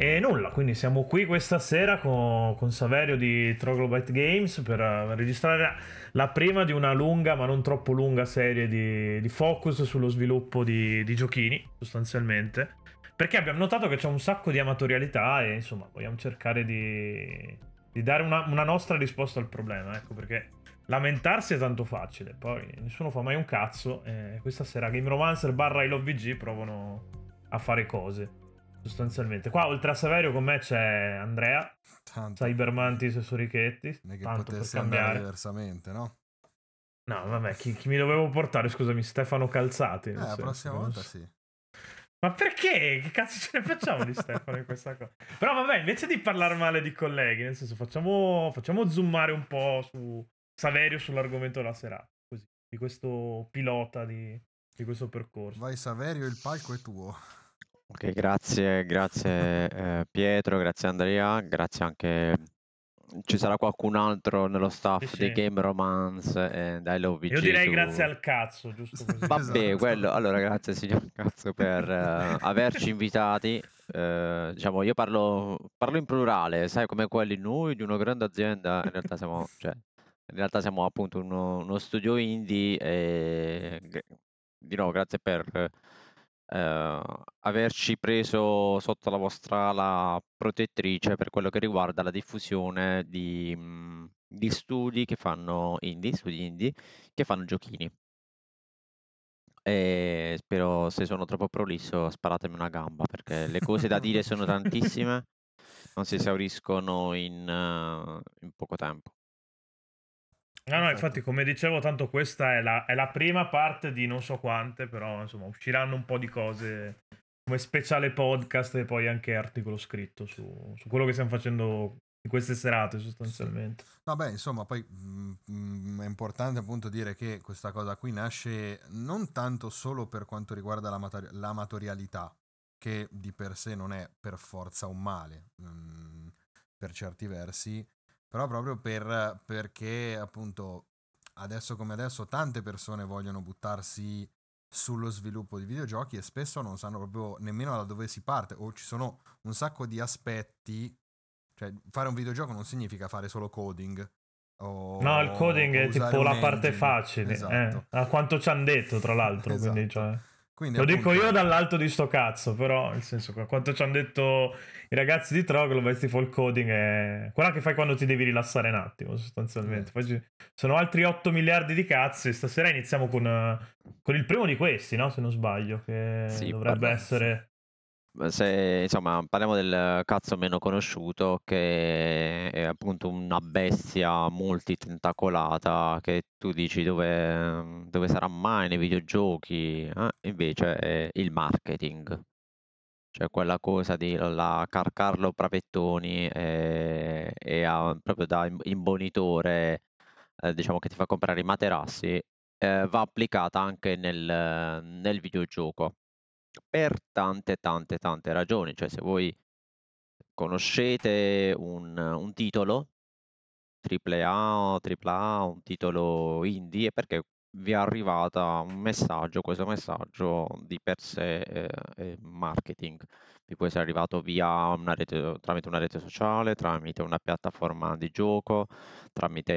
E nulla, quindi siamo qui questa sera con Saverio di Troglobyte Games per registrare la prima di una lunga ma non troppo lunga serie di focus sullo sviluppo di giochini, sostanzialmente. Perché abbiamo notato che c'è un sacco di amatorialità e insomma vogliamo cercare di dare una nostra risposta al problema, ecco, perché lamentarsi è tanto facile, poi nessuno fa mai un cazzo e questa sera Game Romancer barra I Love VG provano a fare cose sostanzialmente. Qua oltre a Saverio con me c'è Andrea, Tanto, Cybermantis e Sorichetti, non è che tanto per potesse andare cambiare. diversamente, no? No, vabbè, chi mi dovevo portare? Scusami, Stefano Calzati, nel La senso prossima che non volta so. sì. Ma perché? Che cazzo ce ne facciamo di Stefano in questa cosa? Però vabbè, invece di parlare male di colleghi, nel senso facciamo zoomare un po' su Saverio sull'argomento della serata, così, di questo pilota di questo percorso. Vai Saverio, il palco è tuo. Ok, grazie Pietro, grazie Andrea, grazie anche. Ci sarà qualcun altro nello Sì, staff di sì. Game Romance e dai Love Io VG direi grazie su. al cazzo, giusto così. Vabbè, quello. Esatto. Allora, grazie signor Cazzo per averci invitati. Diciamo, io parlo in plurale, sai, come quelli noi di una grande azienda. In realtà siamo appunto uno studio indie e di nuovo grazie per averci preso sotto la vostra ala protettrice per quello che riguarda la diffusione di studi indie che fanno giochini. E spero, se sono troppo prolisso, sparatemi una gamba perché le cose da dire sono tantissime, non si esauriscono in poco tempo. No, no, infatti, Perfetto. come dicevo, tanto questa è la prima parte di non so quante, però insomma usciranno un po' di cose come speciale podcast e poi anche articolo scritto su quello che stiamo facendo in queste serate, Sì. sostanzialmente. Vabbè, insomma, poi è importante appunto dire che questa cosa qui nasce non tanto solo per quanto riguarda l'amatorialità, che di per sé non è per forza un male, per certi versi, però proprio perché appunto adesso come adesso tante persone vogliono buttarsi sullo sviluppo di videogiochi e spesso non sanno proprio nemmeno da dove si parte o ci sono un sacco di aspetti, cioè fare un videogioco non significa fare solo coding No, il coding o è usare tipo un la parte engine, facile, esatto, a quanto ci hanno detto, tra l'altro, quindi esatto. cioè, Quindi lo dico io appunto, dall'alto di sto cazzo, però nel senso che a quanto ci hanno detto i ragazzi di Troglodyte, tipo il coding è quella che fai quando ti devi rilassare un attimo, sostanzialmente. Poi sono altri 8 miliardi di cazzi. Stasera iniziamo con il primo di questi, no? Se non sbaglio, che Sì, dovrebbe sì. essere. insomma, parliamo del cazzo meno conosciuto, che è appunto una bestia multitentacolata che tu dici dove sarà mai nei videogiochi, invece è il marketing. Cioè quella cosa di Carlo Pravettoni proprio da imbonitore, diciamo che ti fa comprare i materassi, va applicata anche nel videogioco per tante, tante, tante ragioni. Cioè se voi conoscete un titolo AAA o AAA, un titolo indie, è perché vi è arrivata un messaggio, questo messaggio di per sé è marketing. Vi può essere arrivato tramite una rete sociale, tramite una piattaforma di gioco, tramite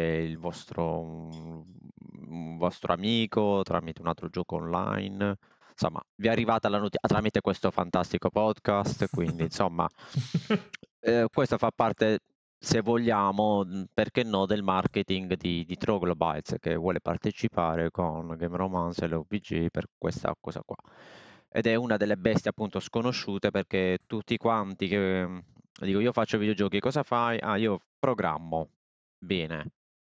un vostro amico, tramite un altro gioco online. Insomma, vi è arrivata la notizia tramite questo fantastico podcast, quindi insomma, questo fa parte, se vogliamo, perché no, del marketing di Troglobytes che vuole partecipare con Game Romance e l'OVG per questa cosa qua. Ed è una delle bestie appunto sconosciute perché tutti quanti che dico io faccio videogiochi, cosa fai? Ah, io programmo. Bene.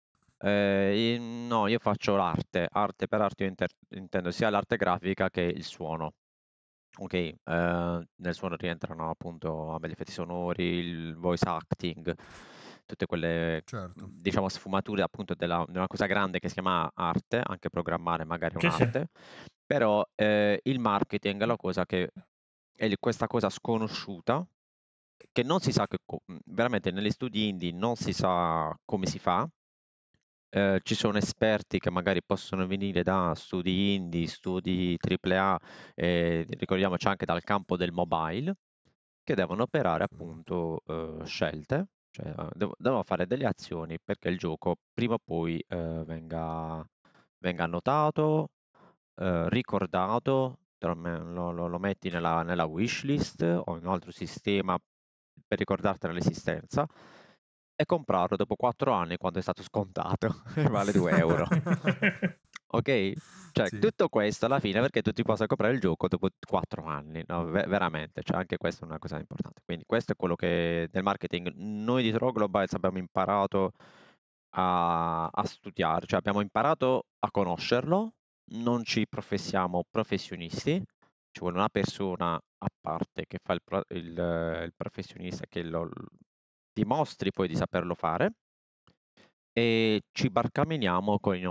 No, io faccio l'arte. Arte per arte io intendo sia l'arte grafica che il suono. Ok, nel suono rientrano appunto vabbè, gli effetti sonori, il voice acting, tutte quelle, certo. diciamo, sfumature appunto di una cosa grande che si chiama arte, anche programmare magari è Sì, sì. un'arte, però il marketing è la cosa che è questa cosa sconosciuta che non si sa veramente negli studi indie non si sa come si fa. Ci sono esperti che magari possono venire da studi indie, studi AAA, ricordiamoci anche dal campo del mobile, che devono operare Esatto. appunto scelte, cioè devono fare delle azioni perché il gioco prima o poi venga annotato, ricordato, lo metti nella wishlist o in un altro sistema per ricordartene l'esistenza e comprarlo dopo 4 anni quando è stato scontato e vale 2 euro. Ok? Cioè, Sì, tutto questo alla fine perché tu ti possa comprare il gioco dopo 4 anni, no? Veramente, cioè anche questa è una cosa importante. Quindi questo è quello che nel marketing noi di Troglobites abbiamo imparato a studiare, cioè abbiamo imparato a conoscerlo, non ci professiamo professionisti, ci vuole una persona a parte che fa il professionista che lo dimostri poi di saperlo fare e ci barcameniamo con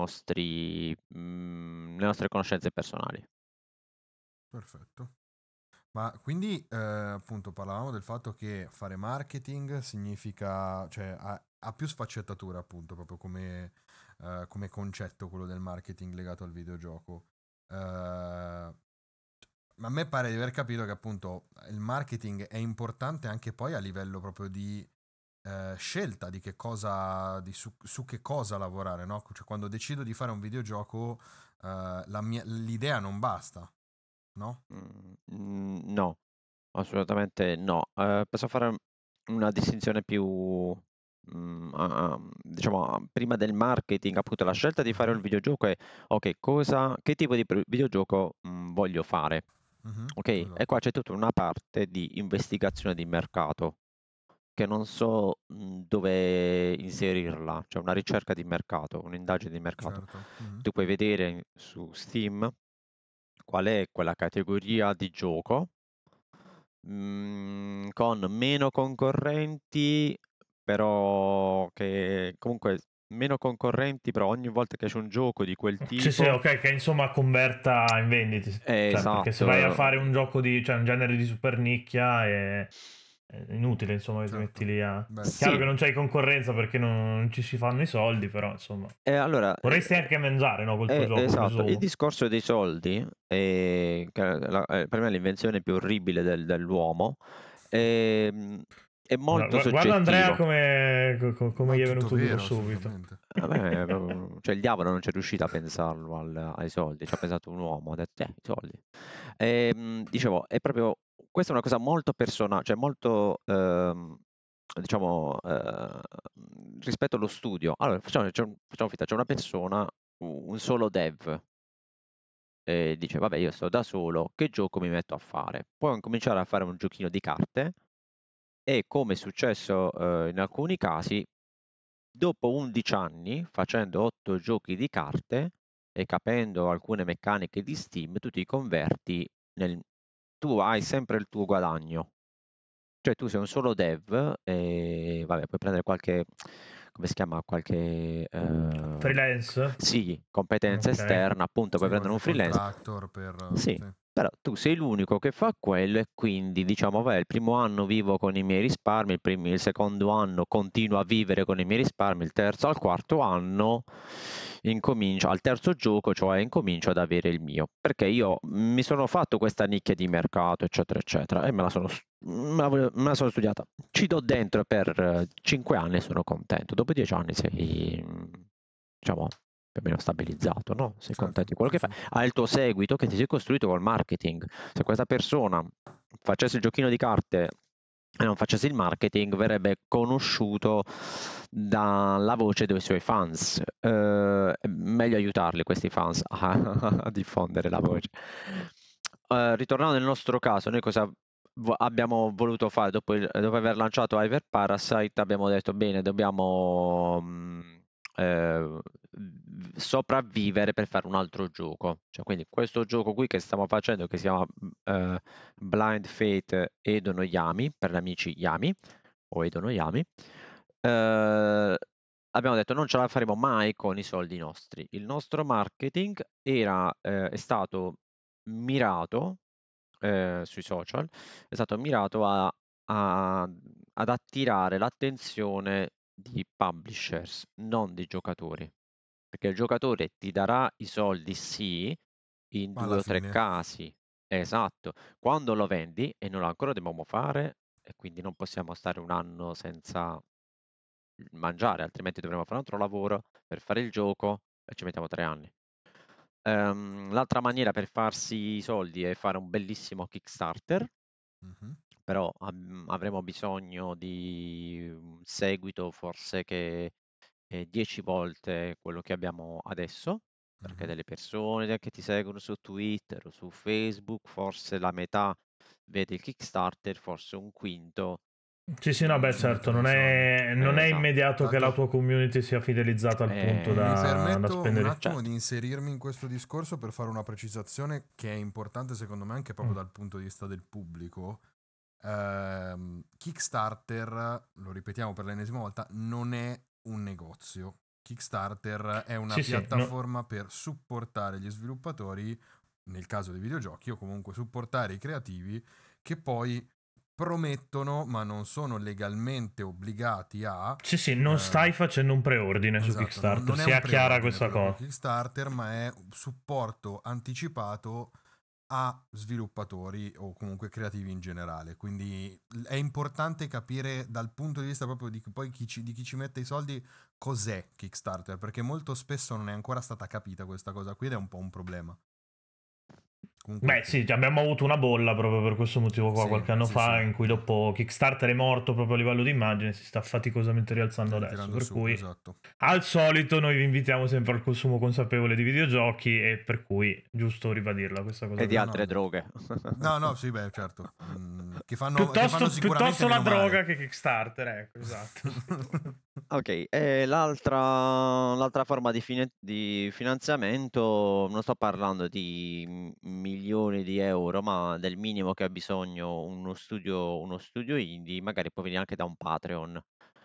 le nostre conoscenze personali. perfetto. Ma quindi, appunto, parlavamo del fatto che fare marketing significa, cioè, ha più sfaccettature, appunto, proprio come concetto quello del marketing legato al videogioco. Ma a me pare di aver capito che, appunto, il marketing è importante anche poi a livello proprio di scelta di che cosa, su che cosa lavorare, no? Cioè, quando decido di fare un videogioco, l'idea non basta, no? No, assolutamente no. Posso fare una distinzione più, prima del marketing, appunto, la scelta di fare Mhm, un videogioco è, ok, che tipo di videogioco voglio fare? mhm, Ok? E qua esatto. c'è tutta una parte di investigazione di mercato che non so dove inserirla, cioè una ricerca di mercato, un'indagine di mercato. Certo. Mhm. Tu puoi vedere su Steam qual è quella categoria di gioco con meno concorrenti, però che comunque meno concorrenti, però ogni volta che c'è un gioco di quel Sì, sì, tipo, ok, che insomma converta in vendite. Cioè, perché se vai a esatto. fare un gioco di, cioè un genere di super nicchia è inutile, insomma, che ti metti Certo. lì a... Beh, sì. Chiaro Sì, che non c'hai concorrenza perché non ci si fanno i soldi, però insomma... e allora, Vorresti anche mangiare, no, col tuo gioco, esatto, il presumo. discorso dei soldi, per me è l'invenzione più orribile dell'uomo, ehm, è molto Guarda Andrea soggettivo. come Ma gli è tutto venuto duro vero, subito. assolutamente. A me, cioè il diavolo non c'è riuscito a pensarlo ai soldi, ci ha pensato un uomo, ha detto, i soldi. Dicevo, è proprio, questa è una cosa molto personale, cioè molto, diciamo, rispetto allo studio. Allora, facciamo finta, c'è una persona, un solo dev, e dice, vabbè, io sto da solo, che gioco mi metto a fare? Può incominciare a fare un giochino di carte e, come è successo, in alcuni casi, dopo 11 anni, facendo 8 giochi di carte e capendo alcune meccaniche di Steam, tu ti converti tu hai sempre il tuo guadagno. Cioè tu sei un solo dev e vabbè, puoi prendere qualche, come si chiama, qualche, Freelance? sì, competenza Ok. esterna, appunto, puoi Sì, prendere un qualche freelance. contractor per... Sì, sì, però tu sei l'unico che fa quello e quindi diciamo, vabbè, il primo anno vivo con i miei risparmi, il secondo anno continuo a vivere con i miei risparmi, il terzo, al quarto anno al terzo gioco, cioè incomincio ad avere il mio, perché io mi sono fatto questa nicchia di mercato, eccetera, eccetera, e me la sono studiata. Ci do dentro per 5 anni e sono contento. Dopo 10 anni sei, diciamo, più o meno stabilizzato, no? Sei contento certo, di quello sì, che fai. sì. Hai il tuo seguito che ti sei costruito col marketing. Se questa persona facesse il giochino di carte e non facesse il marketing, verrebbe conosciuto dalla voce dei suoi fans. È meglio aiutarli questi fans a diffondere la voce. Ritornando nel nostro caso, noi cosa abbiamo voluto fare dopo aver lanciato Hyper Parasite? Abbiamo detto bene, dobbiamo sopravvivere per fare un altro gioco. Cioè, quindi questo gioco qui che stiamo facendo, che si chiama Blind Fate Edo no Yami, per gli amici Yami, o Edo no Yami, abbiamo detto non ce la faremo mai con i soldi nostri. Il nostro marketing è stato mirato sui social, è stato mirato ad attirare l'attenzione di publishers, non di giocatori. Perché il giocatore ti darà i soldi, sì, in Ma due alla o tre fine, casi. Esatto. Quando lo vendi, e non lo ancora dobbiamo fare, e quindi non possiamo stare un anno senza mangiare, altrimenti dovremo fare un altro lavoro per fare il gioco e ci mettiamo 3 anni. L'altra maniera per farsi i soldi è fare un bellissimo Kickstarter, Mhm. però avremo bisogno di un seguito forse che è 10 volte quello che abbiamo adesso, perché Mhm. delle persone che ti seguono su Twitter o su Facebook, forse la metà vede il Kickstarter, forse un quinto. Sì, no, beh, Ci certo, mettono i soldi. non è Esatto. immediato che la Tanto tua community sia fidelizzata al punto Eh, mi da permetto un spendere. attimo di certo. inserirmi in questo discorso per fare una precisazione che è importante secondo me anche proprio Mm. dal punto di vista del pubblico. Kickstarter, lo ripetiamo per l'ennesima volta, non è un negozio. Kickstarter è una Sì, sì, no. piattaforma per supportare gli sviluppatori, nel caso dei videogiochi, o comunque supportare i creativi che poi promettono, ma non sono legalmente obbligati a... Sì, sì, non eh, stai facendo un preordine su esatto, Kickstarter, non è un sia chiara preordine questa quello con cosa. Kickstarter, ma è supporto anticipato a sviluppatori o comunque creativi in generale. Quindi è importante capire dal punto di vista proprio di poi di chi ci mette i soldi cos'è Kickstarter, perché molto spesso non è ancora stata capita questa cosa qui ed è un po' un problema. Comunque, Beh, sì, abbiamo avuto una bolla proprio per questo motivo qua sì, qualche anno sì, sì, fa, in cui dopo Kickstarter è morto proprio a livello di immagine, si sta faticosamente rialzando adesso, tirando per su, cui esatto. al solito noi vi invitiamo sempre al consumo consapevole di videogiochi e per cui giusto ribadirla questa cosa E di qui. No, no, altre esatto. droghe. No, no, sì, beh, certo. Che fanno sicuramente Piuttosto la meno male. droga che Kickstarter, ecco, esatto. Sì. Ok, e l'altra forma di finanziamento, non sto parlando di milioni di euro, ma del minimo che ha bisogno uno studio indie, magari può venire anche da un Patreon.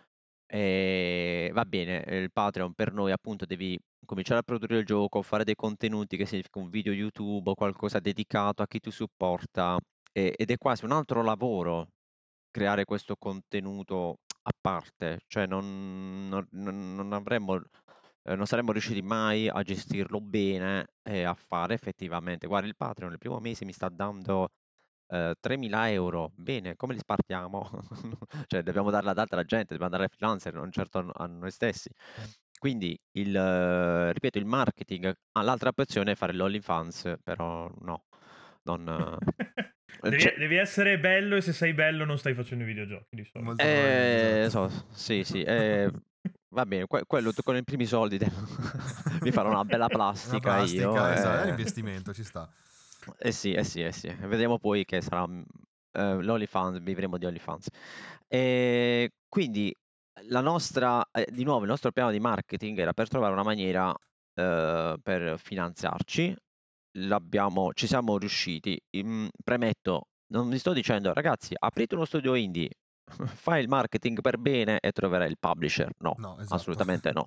E va bene, il Patreon per noi appunto devi cominciare a produrre il gioco, fare dei contenuti che significa un video YouTube o qualcosa dedicato a chi ti supporta ed è quasi un altro lavoro creare questo contenuto a parte, cioè non avremmo, non saremmo riusciti mai a gestirlo bene e a fare effettivamente. Guarda, il Patreon il primo mese mi sta dando 3.000 euro, bene, come li spartiamo? Cioè dobbiamo darla ad altra gente, dobbiamo dare ai freelancer, non certo a noi stessi. Quindi, ripeto, il marketing, l'altra opzione è fare l'OnlyFans, però no, non... Devi, cioè, devi essere bello e se sei bello non stai facendo i videogiochi di solito. Molto probabilmente, esatto. sì, sì, va bene, quello con i primi soldi mi farò una bella Una plastica io. plastica, esatto, è un investimento, ci sta. Eh sì. Vedremo poi che sarà l'OnlyFans, vivremo di OnlyFans. E quindi di nuovo, il nostro piano di marketing era per trovare una maniera per finanziarci. Ci siamo riusciti. Premetto, non vi sto dicendo, ragazzi, aprite uno studio indie, fai il marketing per bene e troverai il publisher. No, No, esatto. assolutamente no.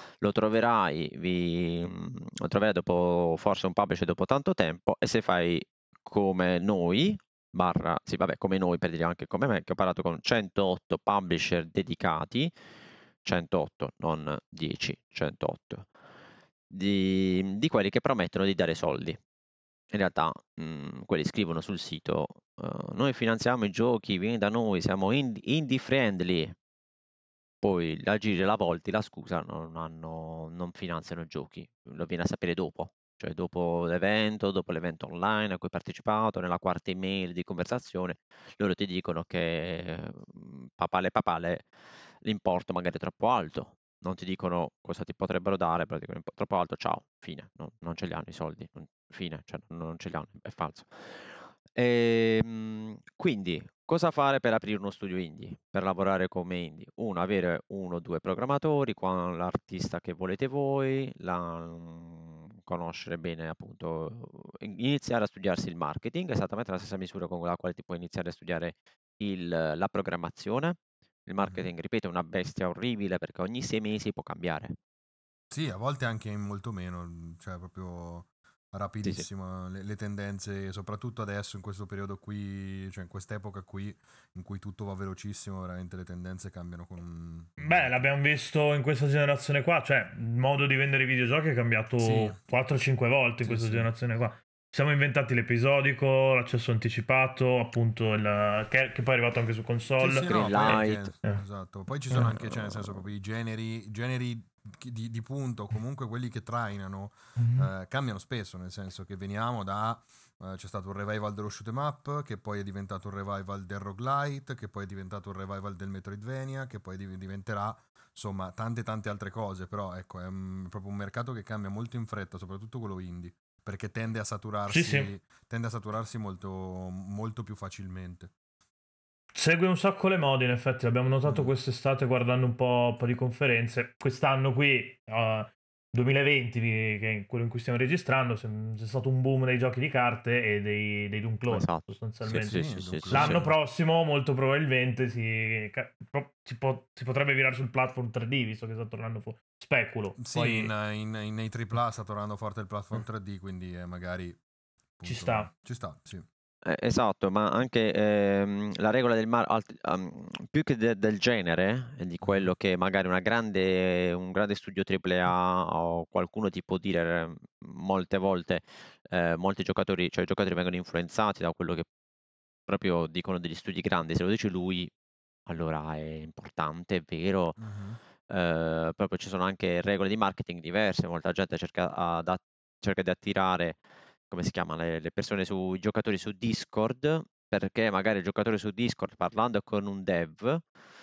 Lo troverai dopo, forse un publisher dopo tanto tempo e se fai come noi, sì, vabbè, come noi per dire anche come me, che ho parlato con 108 publisher dedicati, 108, non 10, 108, di quelli che promettono di dare soldi. In realtà, quelli scrivono sul sito, noi finanziamo i giochi, vieni da noi, siamo indie friendly. Poi la giri e la volti, la scusa, non finanziano i giochi, lo viene a sapere dopo, cioè dopo l'evento online a cui hai partecipato, nella quarta email di conversazione, loro ti dicono che papale, l'importo magari è troppo alto, non ti dicono cosa ti potrebbero dare, però dicono troppo alto, ciao, fine, non ce li hanno i soldi, fine, cioè non ce li hanno, è falso. Quindi, cosa fare per aprire uno studio indie? Per lavorare come indie? Uno, avere uno o due programmatori, l'artista che volete voi, conoscere bene appunto, iniziare a studiarsi il marketing, esattamente la stessa misura con la quale ti puoi iniziare a studiare la programmazione. Il Mhm. marketing, ripeto, è una bestia orribile perché ogni 6 mesi può cambiare. Sì, a volte anche in molto meno, cioè proprio Sì, sì. rapidissimo le tendenze, soprattutto adesso in questo periodo qui, cioè in quest'epoca qui in cui tutto va velocissimo, veramente le tendenze cambiano con un Beh, dito. l'abbiamo visto in questa generazione qua, cioè il modo di vendere i videogiochi è Sì, cambiato 4-5 volte in sì, questa sì. generazione qua. siamo inventati l'episodico, l'accesso anticipato, appunto, che poi è arrivato anche su Sì, console. sì, Green no, poi light. anche, esatto. Poi ci sono anche, cioè, nel senso, proprio i generi di punto, comunque quelli che trainano, cambiano spesso, nel senso che veniamo da... c'è stato un revival dello shoot 'em up, che poi è diventato un revival del roguelite, che poi è diventato un revival del Metroidvania, che poi diventerà, insomma, tante altre cose, però ecco, è proprio un mercato che cambia molto in fretta, soprattutto quello indie, perché Sì, sì. tende a saturarsi molto più facilmente. Segue un sacco le mode, in effetti, l'abbiamo notato Mhm. quest'estate guardando un po' di conferenze. Quest'anno qui, 2020, che è quello in cui stiamo registrando, c'è stato un boom dei giochi di carte e dei Doom clone, Esatto. Sì, sostanzialmente. sì, Sì, sì, sì, sì, sì. L'anno Clone. prossimo, molto probabilmente, si potrebbe virare sul platform 3D, visto che sta tornando fuori. Speculo. Sì, Poi nei AAA sta tornando forte il platform 3D, quindi magari ci appunto sta. ci sta, sì. Esatto, ma anche la regola più che del genere, di Mhm, quello che magari un grande studio AAA o qualcuno ti può dire molte volte, molti giocatori, cioè i giocatori vengono influenzati da quello che proprio dicono degli studi grandi, se lo dice lui, allora è importante, è vero, mhm, proprio ci sono anche regole di marketing diverse, molta gente cerca di attirare, come si chiama, le persone i giocatori su Discord, perché magari il giocatore su Discord parlando con un dev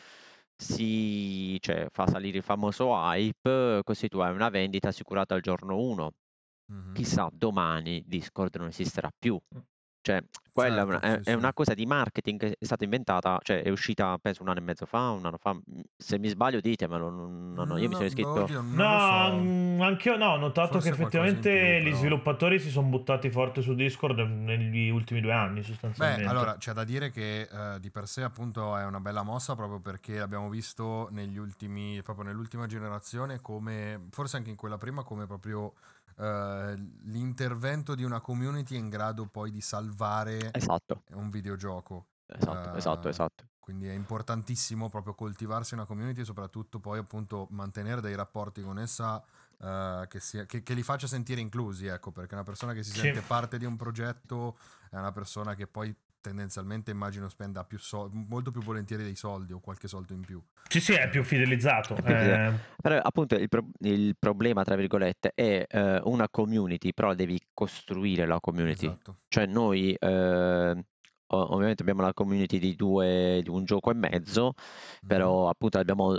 cioè, fa salire il famoso hype, così tu hai una vendita assicurata al giorno 1. mhm. Chissà, domani Discord non esisterà più. Cioè, quella è una, Certo, sì, è sì. una cosa di marketing che è stata inventata, cioè è uscita penso un anno e mezzo fa, un anno fa. Se mi sbaglio ditemelo, no, io mi No, sono boh, iscritto. oddio, non lo No, so, anch'io no, ho notato che forse qualcosa in più, effettivamente gli però. sviluppatori si sono buttati forte su Discord negli ultimi 2 anni, Beh, sostanzialmente. allora c'è da dire che di per sé appunto è una bella mossa proprio perché abbiamo visto proprio nell'ultima generazione come, forse anche in quella prima, come proprio l'intervento di una community è in grado poi di salvare Esatto, un videogioco. esatto, esatto, Eh, esatto. quindi è importantissimo proprio coltivarsi una community e soprattutto poi appunto mantenere dei rapporti con essa che li faccia sentire inclusi, ecco, perché una persona che si Sì. sente parte di un progetto è una persona che poi tendenzialmente immagino spenda molto più volentieri dei soldi o qualche soldo in più. Sì, sì, è più fidelizzato. È più però appunto il problema, tra virgolette, è una community, però devi costruire la community. Esatto. Cioè noi ovviamente abbiamo la community di un gioco e mezzo, Mhm. però appunto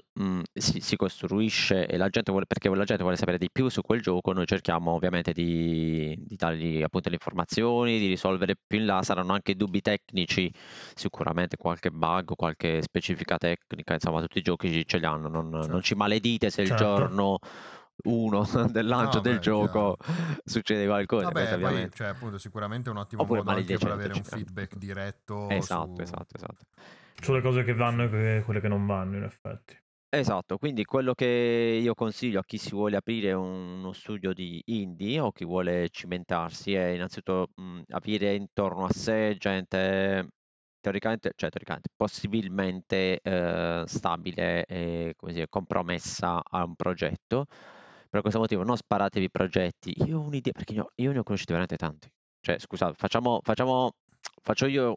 si costruisce e perché la gente vuole sapere di più su quel gioco, noi cerchiamo ovviamente di dargli appunto le informazioni, di risolvere più in là, saranno anche dubbi tecnici, sicuramente qualche bug, qualche specifica tecnica, insomma tutti i giochi ce li hanno, non ci Certo. maledite se il certo. giorno 1 del lancio No, del beh, è gioco chiaro. succede qualcosa, questo Vabbè, poi, ovviamente. cioè, appunto, sicuramente è un ottimo Oppure modo anche per avere malediceteci. un feedback diretto Esatto, su, esatto, esatto. Sulle cose che vanno su... e quelle che non vanno, in effetti. Esatto, quindi quello che io consiglio a chi si vuole aprire uno studio di indie o chi vuole cimentarsi è innanzitutto avere intorno a sé gente teoricamente, possibilmente stabile e come si dice, compromessa a un progetto. Per questo motivo non sparatevi progetti. Io ho un'idea, perché io ne ho conosciuti veramente tanti. Cioè, scusate, faccio io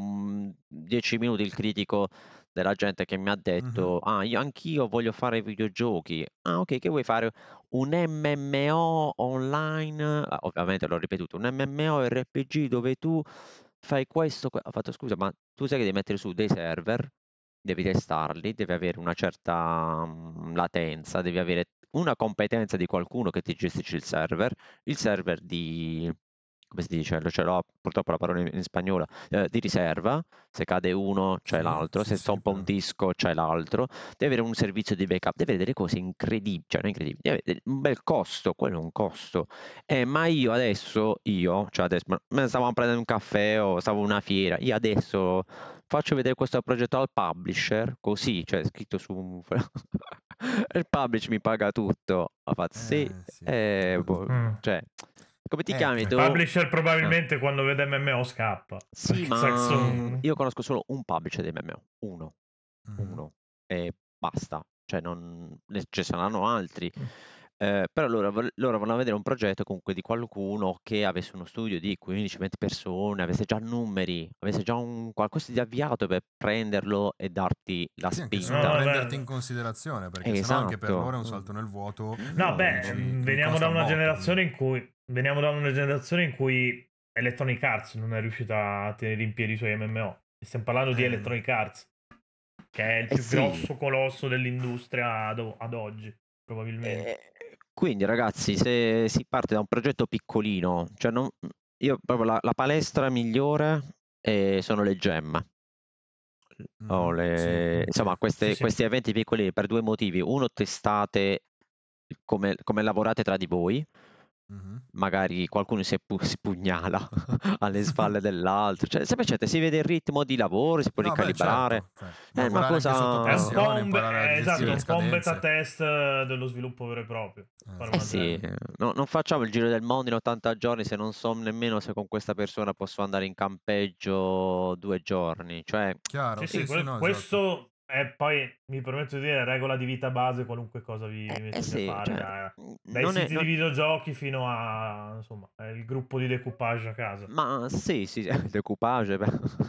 10 minuti il critico della gente che mi ha Mhm. detto: "Ah, anch'io voglio fare videogiochi". "Ah, ok, che vuoi fare?" "Un MMO online", ovviamente l'ho ripetuto, "un MMO RPG dove tu fai questo. Ho fatto: "Scusa, ma tu sai che devi mettere su dei server, devi testarli, devi avere una certa latenza, devi avere una competenza di qualcuno che ti gestisce il server di, come si dice, ce l'ho purtroppo la parola in spagnolo, di riserva, se cade uno c'è Sì, l'altro, sì, se sì, zompa un disco c'è l'altro, devi avere un servizio di backup, devi avere delle cose incredibili, cioè non incredibili, devi avere un bel costo, quello è un costo. Ma cioè adesso, me ne stavo prendendo un caffè o stavo in una fiera, io adesso faccio vedere questo progetto al publisher, così, cioè scritto su un... e il publisher mi paga tutto. Ho fatto sì, sì, certo. Mm. cioè, come ti chiami Il tu? publisher Eh. probabilmente quando vede MMO scappa. Sì, Perché ma senso... io conosco solo un publisher di MMO, uno, Mhm. uno, e basta, cioè ce saranno altri. Però loro volevano vedere un progetto comunque di qualcuno che avesse uno studio di 15-20 persone, avesse già numeri, avesse già qualcosa di avviato per prenderlo e darti la Sì, anche No, solo spinta. no, prenderti in beh. considerazione, perché sennò anche per Esatto. loro è un salto nel vuoto No, e beh, dici mi veniamo costa da un una botto, quindi. generazione in cui Electronic Arts non è riuscita a tenere in piedi i suoi MMO. E stiamo parlando di No. Electronic Arts, che è il Eh più sì, grosso colosso dell'industria ad oggi, probabilmente. quindi ragazzi, se si parte da un progetto piccolino, cioè io proprio la palestra migliore sono le gem. Mhm, sì, sì. Insomma, Sì, sì. questi eventi piccoli per due motivi. Uno, testate come lavorate tra di voi, Mhm. magari qualcuno si pugnala alle spalle dell'altro, cioè semplicemente si vede il ritmo di lavoro, si può No, beh, ricalibrare. certo, cioè, È una lavorare anche sotto È un cosa... po' pressione, imparare a gestire esatto, le Sì. un po' un beta scadenze. test dello sviluppo vero e proprio. Fare Eh una sì, gem. non facciamo il giro del mondo in 80 giorni se non so nemmeno se con questa persona posso andare in campeggio 2 giorni. Cioè, Chiaro, Sì, sì, sì, sì, no, esatto. questo è poi, mi permetto di dire, regola di vita base qualunque cosa vi mettete a sì, fare, cioè, dai non è... siti di videogiochi fino a, insomma, il gruppo di decoupage a casa. Ma sì, sì, sì, decoupage.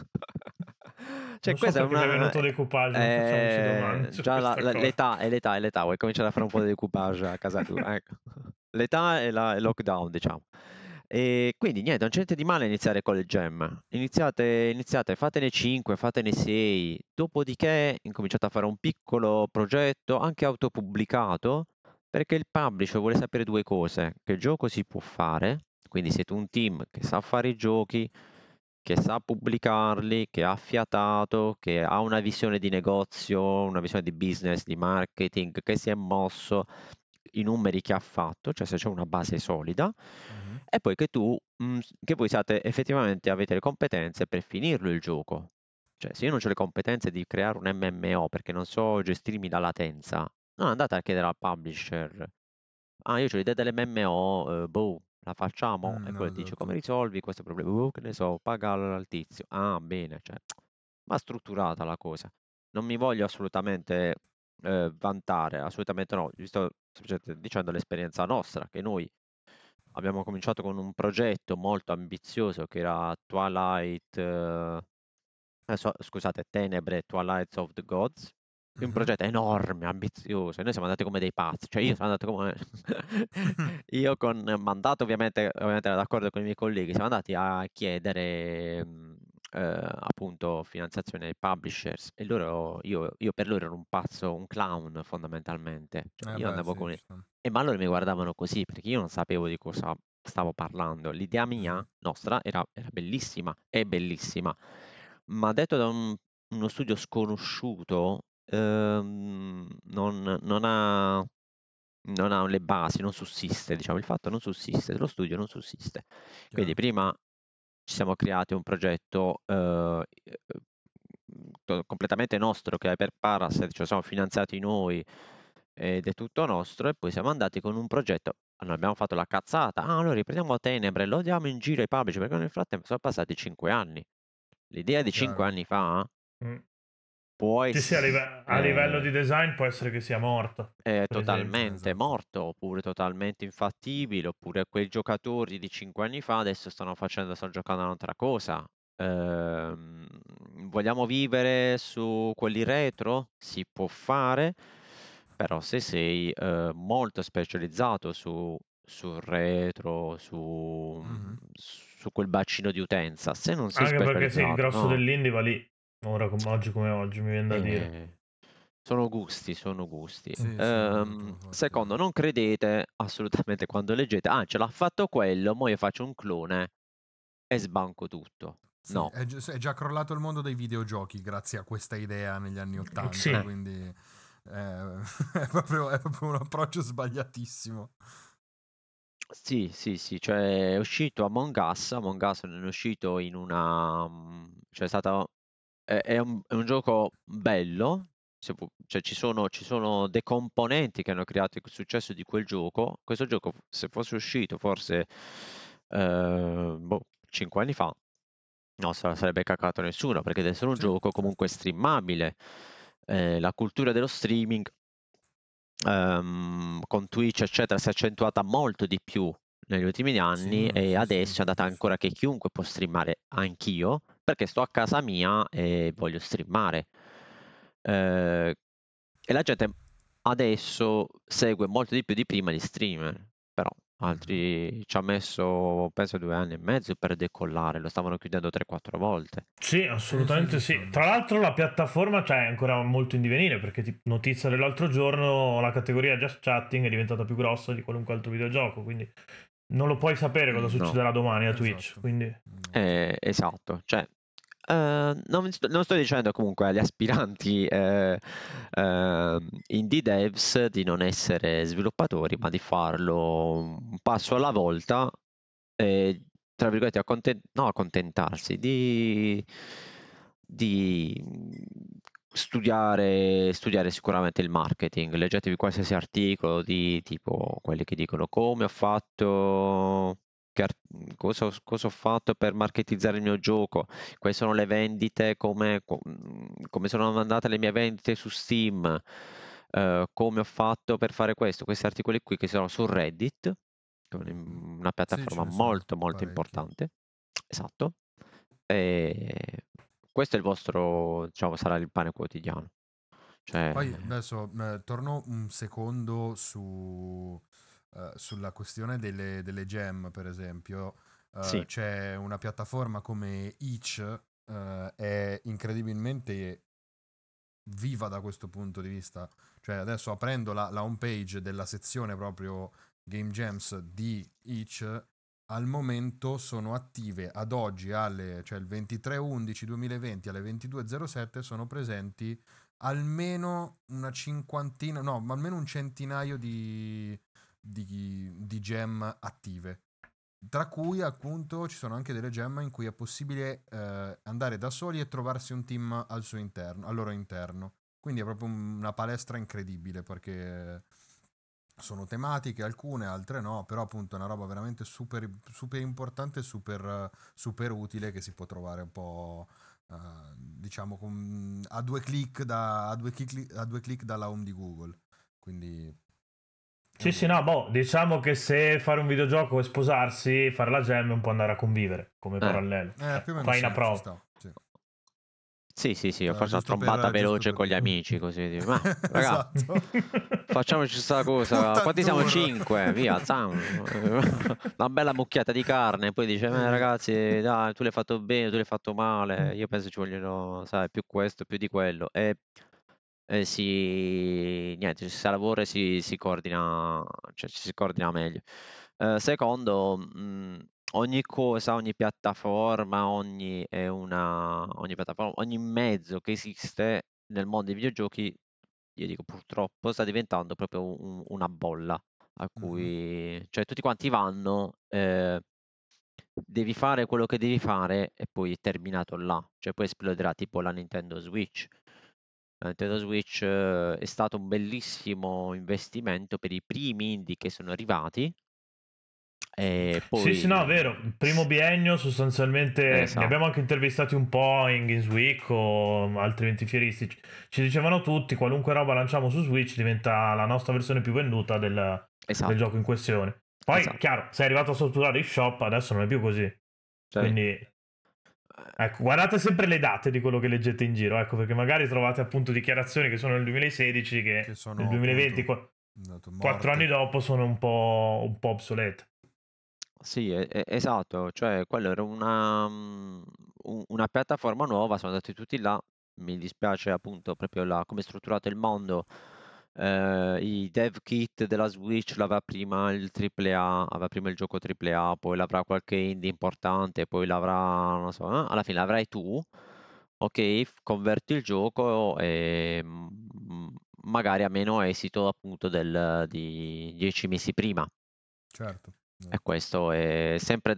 Cioè, Non so questa è perché vi è una... venuto decoupage, non facciamoci domande su già questa cosa. è l'età, vuoi cominciare a fare un po' di decoupage a casa tua, ecco. L'età e il lockdown, diciamo. E quindi niente, non c'è niente di male a iniziare con le gem. Iniziate, fatene 5, fatene 6, dopodiché incominciate a fare un piccolo progetto, anche autopubblicato, perché il publisher vuole sapere due cose: che gioco si può fare, quindi siete un team che sa fare i giochi, che sa pubblicarli, che ha fiatato, che ha una visione di negozio, una visione di business, di marketing, che si è mosso, i numeri che ha fatto, cioè se c'è una base solida, Mhm. e poi che voi siate effettivamente avete le competenze per finirlo il gioco. Cioè, se io non ho le competenze di creare un MMO perché non so gestirmi la latenza, non andate a chiedere al publisher: ah, io ho l'idea dell'MMO, boh, la facciamo? E No, quello dice: come esatto. risolvi questo problema? Boh, che ne so, paga al tizio. Ah, bene, cioè, ma strutturata la cosa. Non mi voglio assolutamente vantare, assolutamente no. Vi sto semplicemente dicendo l'esperienza nostra, che noi abbiamo cominciato con un progetto molto ambizioso che era Twilight, scusate, Tenebre, Twilight of the Gods. Un Mhm. progetto enorme, ambizioso, e noi siamo andati come dei pazzi, cioè io sono andato come... io con mandato ovviamente d'accordo con i miei colleghi, siamo andati a chiedere appunto finanziazione ai publishers e io per loro ero un pazzo, un clown fondamentalmente. Cioè, io Beh, andavo sì, con... ci sta. ma loro mi guardavano così perché io non sapevo di cosa stavo parlando. L'idea mia, Mhm. nostra, era bellissima, è bellissima, ma detto da uno studio sconosciuto, non ha le basi, non sussiste, diciamo, il fatto non sussiste, lo studio non sussiste. Quindi Chiaro. prima ci siamo creati un progetto completamente nostro che è per Parasite, cioè siamo finanziati noi ed è tutto nostro, e poi siamo andati con un progetto. Allora abbiamo fatto la cazzata: ah, allora riprendiamo Tenebre, lo diamo in giro ai publisher, perché nel frattempo sono passati 5 anni. L'idea di 5 Chiaro. anni fa Mm. può Sì, sì, essere... a livello di design può essere che sia morta, È per esempio. totalmente Esatto. morto, oppure totalmente infattibile, oppure quei giocatori di 5 anni fa adesso stanno giocando a un'altra cosa. Vogliamo vivere su quelli retro? Si può fare, però se sei molto specializzato sul retro, Mhm. su quel bacino di utenza, se non sei Anche perché sì, il specializzato, grosso no. dell'indie va lì, ora oggi come oggi, mi viene da dire. Eh, sono gusti, sono gusti. Sì, sì, no, esatto, infatti. Secondo, non credete assolutamente quando leggete: ah, ce l'ha fatto quello, mo io faccio un clone e sbanco tutto. Sì, No. è già crollato il mondo dei videogiochi grazie a questa idea negli anni '80, Sì, quindi è proprio un approccio sbagliatissimo. Sì, sì, sì, cioè è uscito Among Us non è uscito cioè è stato... è un gioco bello, cioè ci sono dei componenti che hanno creato il successo di quel gioco. Questo gioco, se fosse uscito forse 5 anni fa, non se la sarebbe cacato nessuno, perché deve essere un Sì, gioco certo. comunque streamabile. La cultura dello streaming con Twitch eccetera si è accentuata molto di più negli ultimi anni, Sì, e sì, sì, adesso è andata ancora che chiunque può streamare, anch'io, perché sto a casa mia e voglio streamare. Eh, e la gente adesso segue molto di più di prima gli streamer, però Mhm. altri ci ha messo penso 2 anni e mezzo per decollare, lo stavano chiudendo 3-4 volte. Sì, Sì, sì, assolutamente sì. Tra giustamente. l'altro la piattaforma è ancora molto in divenire perché notizia dell'altro giorno la categoria Just Chatting è diventata più grossa di qualunque altro videogioco, quindi non lo puoi sapere cosa No. succederà domani a Twitch, Esatto. quindi Esatto. Esatto, cioè, non sto dicendo comunque agli aspiranti indie devs di non essere sviluppatori, ma di farlo un passo alla volta e, tra virgolette, no, accontentarsi, di studiare sicuramente il marketing. Leggetevi qualsiasi articolo di tipo quelli che dicono come ho fatto, cosa ho fatto per marketizzare il mio gioco, quali sono le vendite, come sono andate le mie vendite su Steam, come ho fatto per fare questo. Questi articoli qui che sono su Reddit, che è Mhm. una Sì, ce piattaforma ne sono molto molto parecchi. importante. Esatto. E questo è il vostro, diciamo, sarà il pane quotidiano. Poi Cioè, adesso torno un secondo sulla questione delle gem, per esempio. sì, C'è una piattaforma come Itch, è incredibilmente viva da questo punto di vista. Cioè, adesso aprendo la home page della sezione proprio Game Jams di Itch, al momento sono attive ad oggi, cioè il 23/11/2020 alle 22:07, sono presenti almeno una cinquantina, no, ma almeno un centinaio di gem attive. Tra cui appunto ci sono anche delle gemme in cui è possibile andare da soli e trovarsi un team al loro interno. Quindi è proprio una palestra incredibile perché sono tematiche alcune, altre no, però appunto è una roba veramente super, super importante e super utile che si può trovare un po' diciamo a due click dalla home di Google. Quindi è sì, sì, no, utile. boh, diciamo che se fare un videogioco e sposarsi, fare la gem è un po' andare a convivere come eh. parallelo. Più o meno Fai una sì, ci prova. sta. Sì. Sì, sì, sì, ho fatto una Giusto trombata giusto veloce per con gli dire. amici, così dico, ma raga, Esatto. facciamoci questa cosa, quanti siamo? Puntatura. 5, via, zam. Una bella mucchiata di carne, poi dice, E via. ragazzi, dai, tu l'hai fatto bene, tu l'hai fatto male, io penso ci vogliono, sai, più questo, più di quello, e niente, se si lavora e si coordina, cioè ci si coordina meglio. Secondo, ogni cosa, ogni piattaforma, ogni mezzo che esiste nel mondo dei videogiochi, io dico purtroppo, sta diventando proprio una bolla a Mhm. cui, cioè tutti quanti vanno, devi fare quello che devi fare e poi è terminato là, cioè poi esploderà tipo la Nintendo Switch. La Nintendo Switch è stato un bellissimo investimento per i primi indie che sono arrivati e Sì, sì, no, è poi vero. Il primo biennio sostanzialmente ne esatto, abbiamo anche intervistati un po' in Games Week o altri eventi fieristici. Ci dicevano tutti, qualunque roba lanciamo su Switch diventa la nostra versione più venduta del esatto, gioco in questione. Poi, esatto. chiaro, sei arrivato a sottovalutare i shop, adesso non è più così. Cioè, Quindi, ecco, guardate sempre le date di quello che leggete in giro, ecco, perché magari trovate appunto dichiarazioni che sono nel 2016 Che che nel sono 2020, appunto dato 4 anni morte. dopo, sono un po' obsolete. sì, esatto, cioè quello era una piattaforma nuova, sono andati tutti là, mi dispiace appunto proprio come è strutturato il mondo, i dev kit della Switch l'aveva prima il AAA, aveva prima il gioco AAA, poi l'avrà qualche indie importante, poi l'avrà, non so, alla fine l'avrai tu, ok, converti il gioco e magari a meno esito appunto di 10 mesi prima. Certo. E Esatto. questo è sempre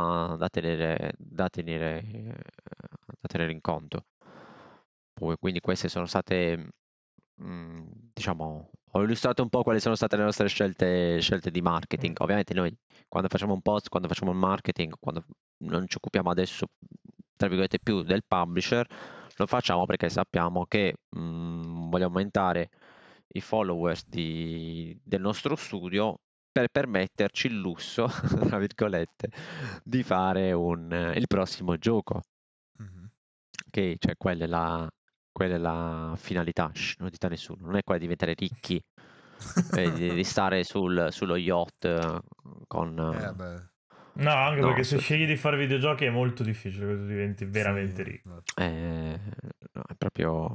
da tenere in conto. Poi, quindi queste sono state, diciamo, ho illustrato un po' quali sono state le nostre scelte di Mm. marketing. Ovviamente noi quando facciamo un post, quando facciamo il marketing, quando non ci occupiamo adesso, tra virgolette, più del publisher, lo facciamo perché sappiamo che vogliamo aumentare i followers del nostro studio per permetterci il lusso, tra virgolette, di fare il prossimo gioco. Mhm. Che cioè, quella è la finalità, non lo dite a nessuno, non è quella di diventare ricchi, di stare sullo yacht con... Beh, No, anche no, perché se scegli di fare videogiochi è molto difficile che tu diventi sì, veramente ricco. esatto. no, è proprio...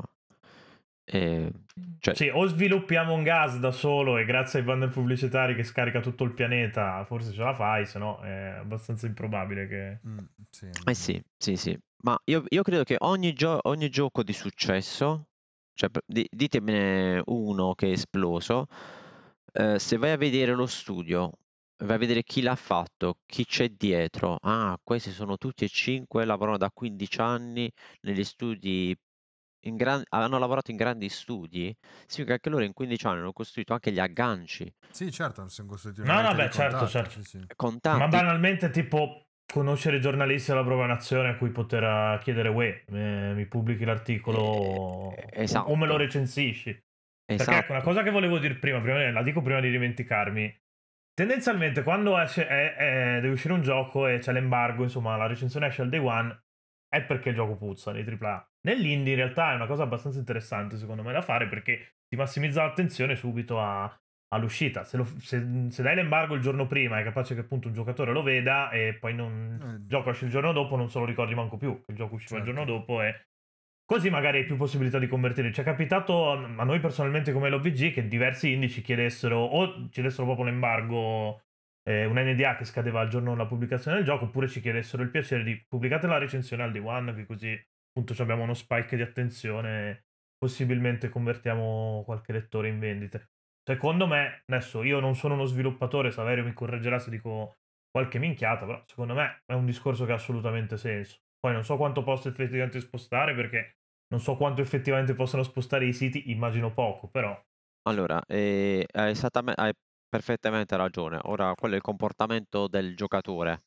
cioè, Sì, o sviluppiamo un gas da solo e grazie ai banner pubblicitari che scarica tutto il pianeta forse ce la fai, se no è abbastanza improbabile che... Sì. sì, sì, sì. Ma io credo che ogni gioco di successo, cioè ditemene uno che è esploso, se vai a vedere lo studio, vai a vedere chi l'ha fatto, chi c'è dietro. Ah, questi sono tutti e cinque, lavorano da 15 anni negli studi, hanno lavorato in grandi studi, significa che loro in 15 anni hanno costruito anche gli agganci, Sì, certo, siamo costruiti una No, no, rete di beh, certo, contatti, certo. sì, sì. Ma contanti. banalmente tipo conoscere i giornalisti della propria nazione a cui poter chiedere, uè, mi pubblichi l'articolo o me lo Esatto, recensisci. Perché ecco, una esatto. cosa che volevo dire prima, la dico prima di dimenticarmi. Tendenzialmente quando deve uscire un gioco e c'è l'embargo, insomma, la recensione esce al day one, è perché il gioco puzza nei AAA. Nell'indie in realtà è una cosa abbastanza interessante secondo me da fare perché ti massimizza l'attenzione subito all'uscita. Se dai l'embargo il giorno prima è capace che appunto un giocatore lo veda e poi il gioco esce il giorno dopo, non se lo ricordi manco più, che il gioco usciva il giorno Certo. dopo e così magari hai più possibilità di convertire. Ci è capitato a noi personalmente come l'OVG che diversi indie ci chiedessero o ci dessero proprio l'embargo, un NDA che scadeva il giorno della pubblicazione del gioco, oppure ci chiedessero il piacere di pubblicate la recensione al day one, che così appunto abbiamo uno spike di attenzione e possibilmente convertiamo qualche lettore in vendite. Secondo me, adesso io non sono uno sviluppatore, Saverio mi correggerà se dico qualche minchiata, però secondo me è un discorso che ha assolutamente senso. Poi non so quanto posso effettivamente spostare perché non so quanto effettivamente possono spostare i siti, immagino poco, però... Allora, hai perfettamente ragione. Ora, quello è il comportamento del giocatore.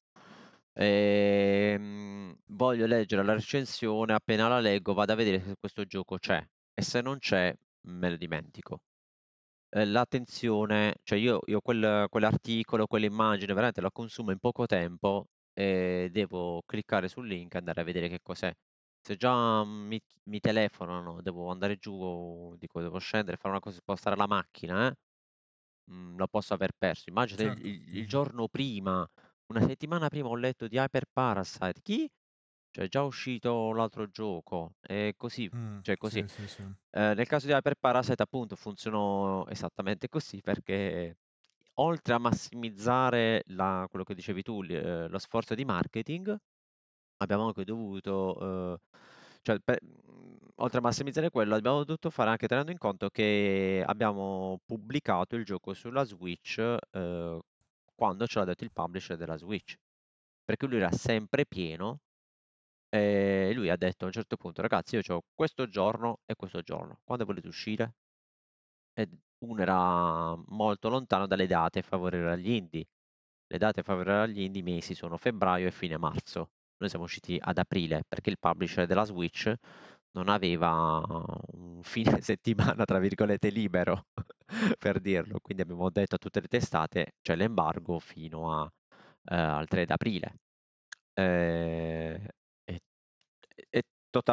Voglio leggere la recensione, appena la leggo vado a vedere se questo gioco c'è e se non c'è me lo dimentico. L'attenzione, cioè io quell'articolo, quell'immagine veramente la consumo in poco tempo e devo cliccare sul link e andare a vedere che cos'è. Se già mi telefonano, devo andare giù, dico devo scendere, fare una cosa, spostare la macchina, lo posso aver perso. Immagina Certo. il giorno prima, una settimana prima ho letto di Hyper Parasite. Chi? Cioè, è già uscito l'altro gioco. E così, cioè così. Sì, sì, sì. Nel caso di Hyper Parasite, appunto, funzionò esattamente così perché oltre a massimizzare quello che dicevi tu, lo sforzo di marketing, abbiamo anche dovuto, cioè, oltre a massimizzare quello, abbiamo dovuto fare anche tenendo in conto che abbiamo pubblicato il gioco sulla Switch quando ce l'ha detto il publisher della Switch, perché lui era sempre pieno e lui ha detto a un certo punto, ragazzi, io ho questo giorno e questo giorno, quando volete uscire? E uno era molto lontano dalle date favorevoli agli indie. Le date favorevoli agli indie mesi sono febbraio e fine marzo. Noi siamo usciti ad aprile perché il publisher della Switch non aveva un fine settimana, tra virgolette, libero, per dirlo. Quindi abbiamo detto a tutte le testate c'è l'embargo fino al 3 d'aprile. Eh, è, è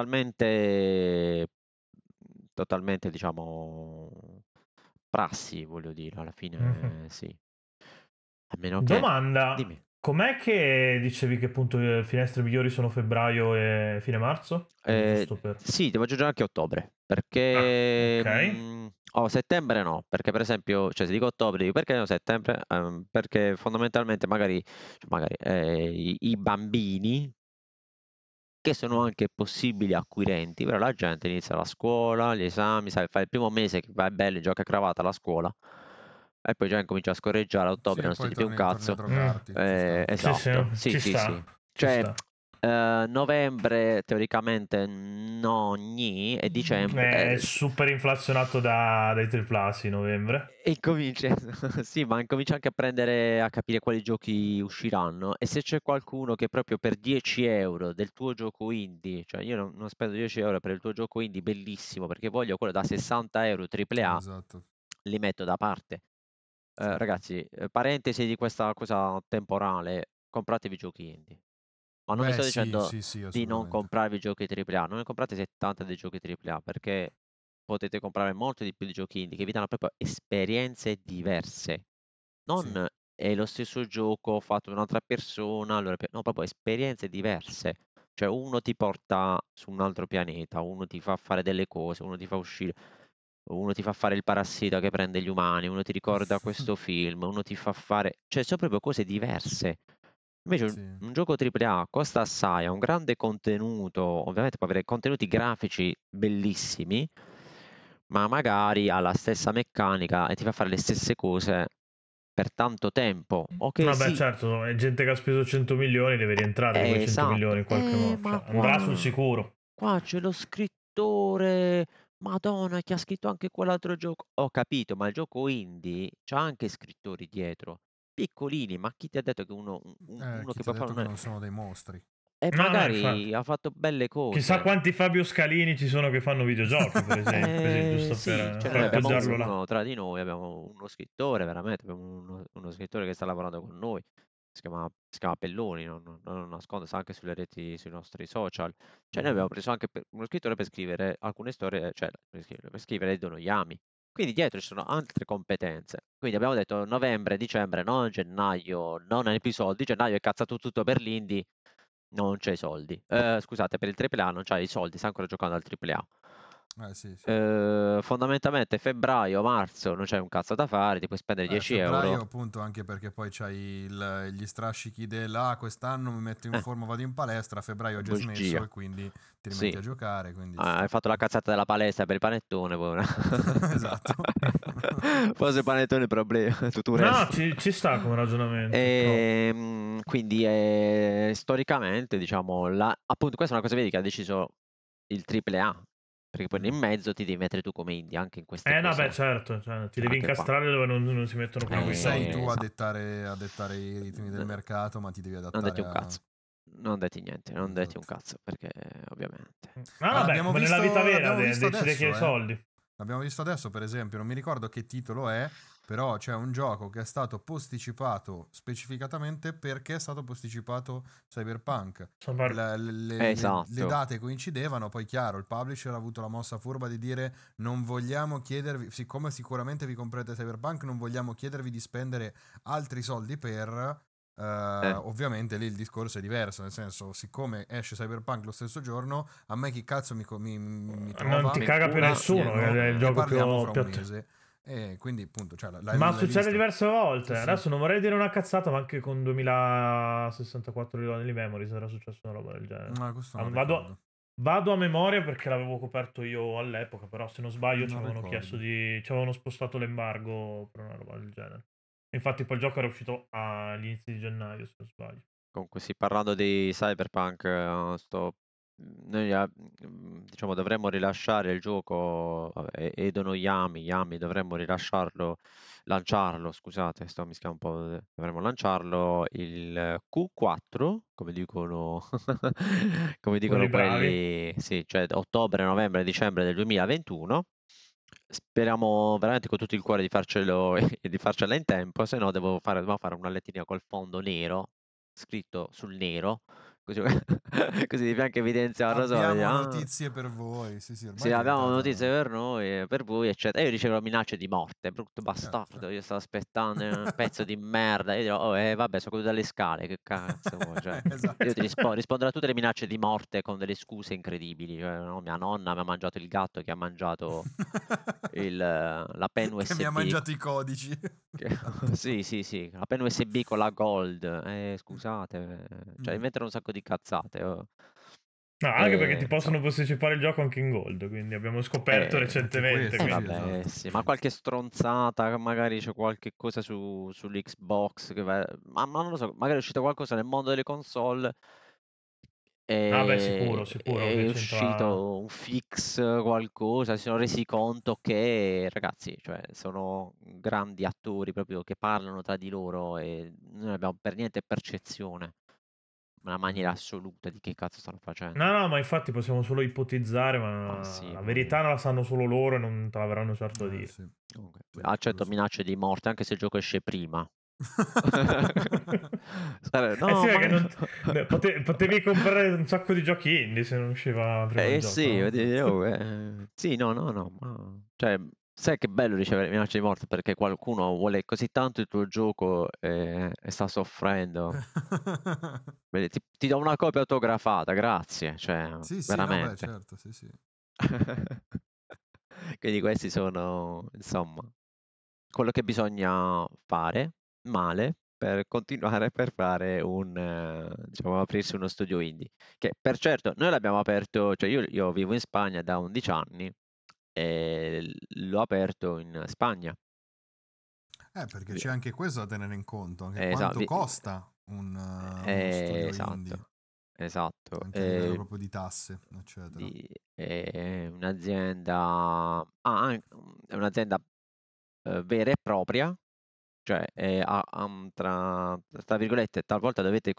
totalmente, diciamo, prassi, voglio dire, alla Mhm. fine sì. A meno che... Domanda, Dimmi. com'è che dicevi che appunto le finestre migliori sono febbraio e fine marzo? Così giusto per... Sì, devo aggiungere anche ottobre, Ah, perché ok. settembre no, perché per esempio, cioè se dico ottobre, dico perché no settembre? Perché fondamentalmente magari i bambini, che sono anche possibili acquirenti, però la gente inizia la scuola, gli esami, sai, fa il primo mese che vai bello, gioca a cravatta alla scuola, e poi già incomincia a scorreggiare a Sì, ottobre, e non poi studi più un torni a cazzo. drogarti, ci sta. Sì, sì, Esatto, sì, ci sì, sta, sì. ci Cioè, sta. Novembre teoricamente no, e dicembre È super inflazionato dai AAA, sì, novembre. e incominci sì, ma incominci anche a capire quali giochi usciranno e se c'è qualcuno che proprio per 10 € del tuo gioco indie, cioè io non spendo 10 € per il tuo gioco indie bellissimo perché voglio quello da 60 € AAA, Esatto, li metto da parte. certo. Ragazzi, parentesi di questa cosa temporale, compratevi giochi indie. Ma non vi Beh, sto sì, dicendo sì, sì, di non assolutamente. comprarvi giochi AAA, non ne comprate 70 dei giochi AAA perché potete comprare molto di più di giochi indie che vi danno proprio esperienze diverse. Sì, Non è lo stesso gioco fatto da un'altra persona, allora, no, proprio esperienze diverse. Cioè uno ti porta su un altro pianeta, uno ti fa fare delle cose, uno ti fa uscire, uno ti fa fare il parassita che prende gli umani, uno ti ricorda questo film, uno ti fa fare... Cioè sono proprio cose diverse. Invece un, sì. un gioco AAA costa assai, ha un grande contenuto, ovviamente può avere contenuti grafici bellissimi, ma magari ha la stessa meccanica e ti fa fare le stesse cose per tanto tempo. Ok, Vabbè, sì, certo, è gente che ha speso 100 milioni, deve rientrare di quei 100 esatto. milioni in qualche modo. Ma Cioè, andrà sul qua, sicuro. qua c'è lo scrittore, Madonna, che ha scritto anche quell'altro gioco. Ho capito, ma il gioco indie c'ha anche scrittori dietro, piccolini, ma chi ti ha detto che uno Chi che ti ha può fare detto che non sono dei mostri? e No, no, infatti. magari ha fatto belle Chissà cose. quanti Fabio Scalini ci sono che fanno videogiochi, per esempio, così giusto Sì, cioè per noi abbiamo appoggiarlo là. uno tra di noi, abbiamo uno scrittore, veramente, abbiamo uno scrittore che sta lavorando con noi, si chiama Pelloni, non lo nascondo, sta anche sulle reti, sui nostri social. Cioè noi abbiamo Mhm. preso anche uno scrittore per scrivere alcune storie, cioè per scrivere Edo Yami. Quindi dietro ci sono altre competenze. Quindi abbiamo detto novembre, dicembre, non gennaio, non episodi, gennaio è cazzato tutto per l'indie, non c'è i soldi. Scusate, per il AAA non c'hai i soldi, sta ancora giocando al AAA. Sì, sì. Fondamentalmente febbraio, marzo non c'è un cazzo da fare, ti puoi spendere 10 Febbraio euro. appunto anche perché poi c'hai gli strascichi quest'anno mi metto in Eh, forma, vado in palestra, a febbraio ho già smesso bugia. e quindi ti Sì. rimetti a giocare, quindi ci Hai sta. fatto la cazzata della palestra per il panettone, poi Esatto. forse il panettone è il problema, tutto il No, resto. ci sta come ragionamento, però. Quindi storicamente, diciamo, appunto questa è una cosa vedi che ha deciso il AAA, perché poi in Mm. mezzo ti devi mettere tu come indie anche in queste No, beh, cose, certo, cioè, ti cioè devi anche qua. incastrare dove non si mettono proprio Non i sei soldi. tu Esatto. a dettare i ritmi del mercato, ma ti devi Non detti adattare un a... cazzo. Non detti niente, non detti un Esatto. cazzo, perché ovviamente. No, vabbè, come nella vita vera, L'abbiamo visto decide chi ha i adesso, eh. soldi. L'abbiamo visto adesso, per esempio, non mi ricordo che titolo è, però c'è un gioco che è stato posticipato specificatamente perché è stato posticipato Cyberpunk. Le Esatto. date coincidevano, poi chiaro, il publisher ha avuto la mossa furba di dire non vogliamo chiedervi, siccome sicuramente vi comprate Cyberpunk, non vogliamo chiedervi di spendere altri soldi per... Eh, ovviamente lì il discorso è diverso, nel senso, siccome esce Cyberpunk lo stesso giorno, a me chi cazzo mi Non trova ti mi caga più incula, nessuno, è il ne gioco parliamo fra più un mese. E quindi, appunto, cioè, Ma l'hai succede visto? diverse Sì, volte. sì. Adesso non vorrei dire una cazzata, ma anche con 2064 livelli di memory era successo una roba del genere. Questo Ah, non Vado, ricordo. vado a memoria perché l'avevo coperto io all'epoca, però se non sbaglio ci Non avevano chiesto ricordo. ci avevano spostato l'embargo per una roba del genere. Infatti poi il gioco era uscito agli inizi di gennaio, se non sbaglio. comunque sì, parlando di Cyberpunk, noi diciamo dovremmo rilasciare il gioco, vabbè, Edo Yami, dovremmo lanciarlo, scusate, sto mischiando un po', dovremmo lanciarlo il Q4, come dicono, come Quelli dicono bravi. quelli, sì, cioè ottobre, novembre, dicembre del 2021. Speriamo veramente con tutto il cuore di farcelo e di farcela in tempo, se no dobbiamo fare una lettina col fondo nero, scritto sul nero, così, così devi anche evidenziarlo, so, vedi, Abbiamo ah, notizie per voi. Sì, sì, sì, ormai è abbiamo notizie diventata... per noi, per voi, eccetera. E io riceverò minacce di morte, brutto Certo. bastardo, io stavo aspettando un pezzo di merda. Io dirò, oh, vabbè, sono caduto dalle scale, che cazzo vuoi? Cioè, io Esatto. ti risponderò a tutte le minacce di morte con delle scuse incredibili. Cioè, no, mia nonna mi ha mangiato il gatto che ha mangiato la pen Che mi ha USB. mangiato i codici. Esatto. Sì, sì, sì, la pen USB con la Gold. Scusate, cioè Mm. inventano un sacco di cazzate. Oh. No, anche perché ti Insomma. possono posticipare il gioco anche in gold, quindi abbiamo scoperto Anche recentemente, questo, sì, quindi... Vabbè, esatto. sì, ma qualche stronzata, magari c'è qualche cosa sull'Xbox, ma non lo so, magari è uscito qualcosa nel mondo delle console Beh, sicuro che è c'entra. uscito un fix, qualcosa, si sono resi conto che, ragazzi, cioè, sono grandi attori proprio che parlano tra di loro e non abbiamo per niente percezione, una maniera assoluta di che cazzo stanno facendo. No, ma infatti possiamo solo ipotizzare, Ma ma sì, la ma verità non la sanno solo loro e non te la verranno certo a dire. Sì, comunque, sì, quello accetto sì. minacce di morte anche se il gioco esce prima. Eh sì, No, perché ma... potevi comprare un sacco di giochi indie se non usciva prima il Eh gioco, sì, no? sì, no, no, no, ma... Cioè, sai che bello ricevere minacce di morte perché qualcuno vuole così tanto il tuo gioco e sta soffrendo. Vedi, ti do una copia autografata, grazie, cioè, Sì, sì, no, beh, veramente. certo, sì, sì. Quindi questi sono, insomma, quello che bisogna fare male per continuare per fare diciamo, aprirsi uno studio indie. Che per certo, noi l'abbiamo aperto, cioè io vivo in Spagna da 11 anni e l'ho aperto in Spagna. Perché Vi- c'è anche questo da tenere in conto, anche esa- quanto vi- costa uno studio indie, esatto, esatto. anche a livello proprio di tasse, eccetera. È un'azienda, è un'azienda vera e propria, cioè tra virgolette, talvolta dovete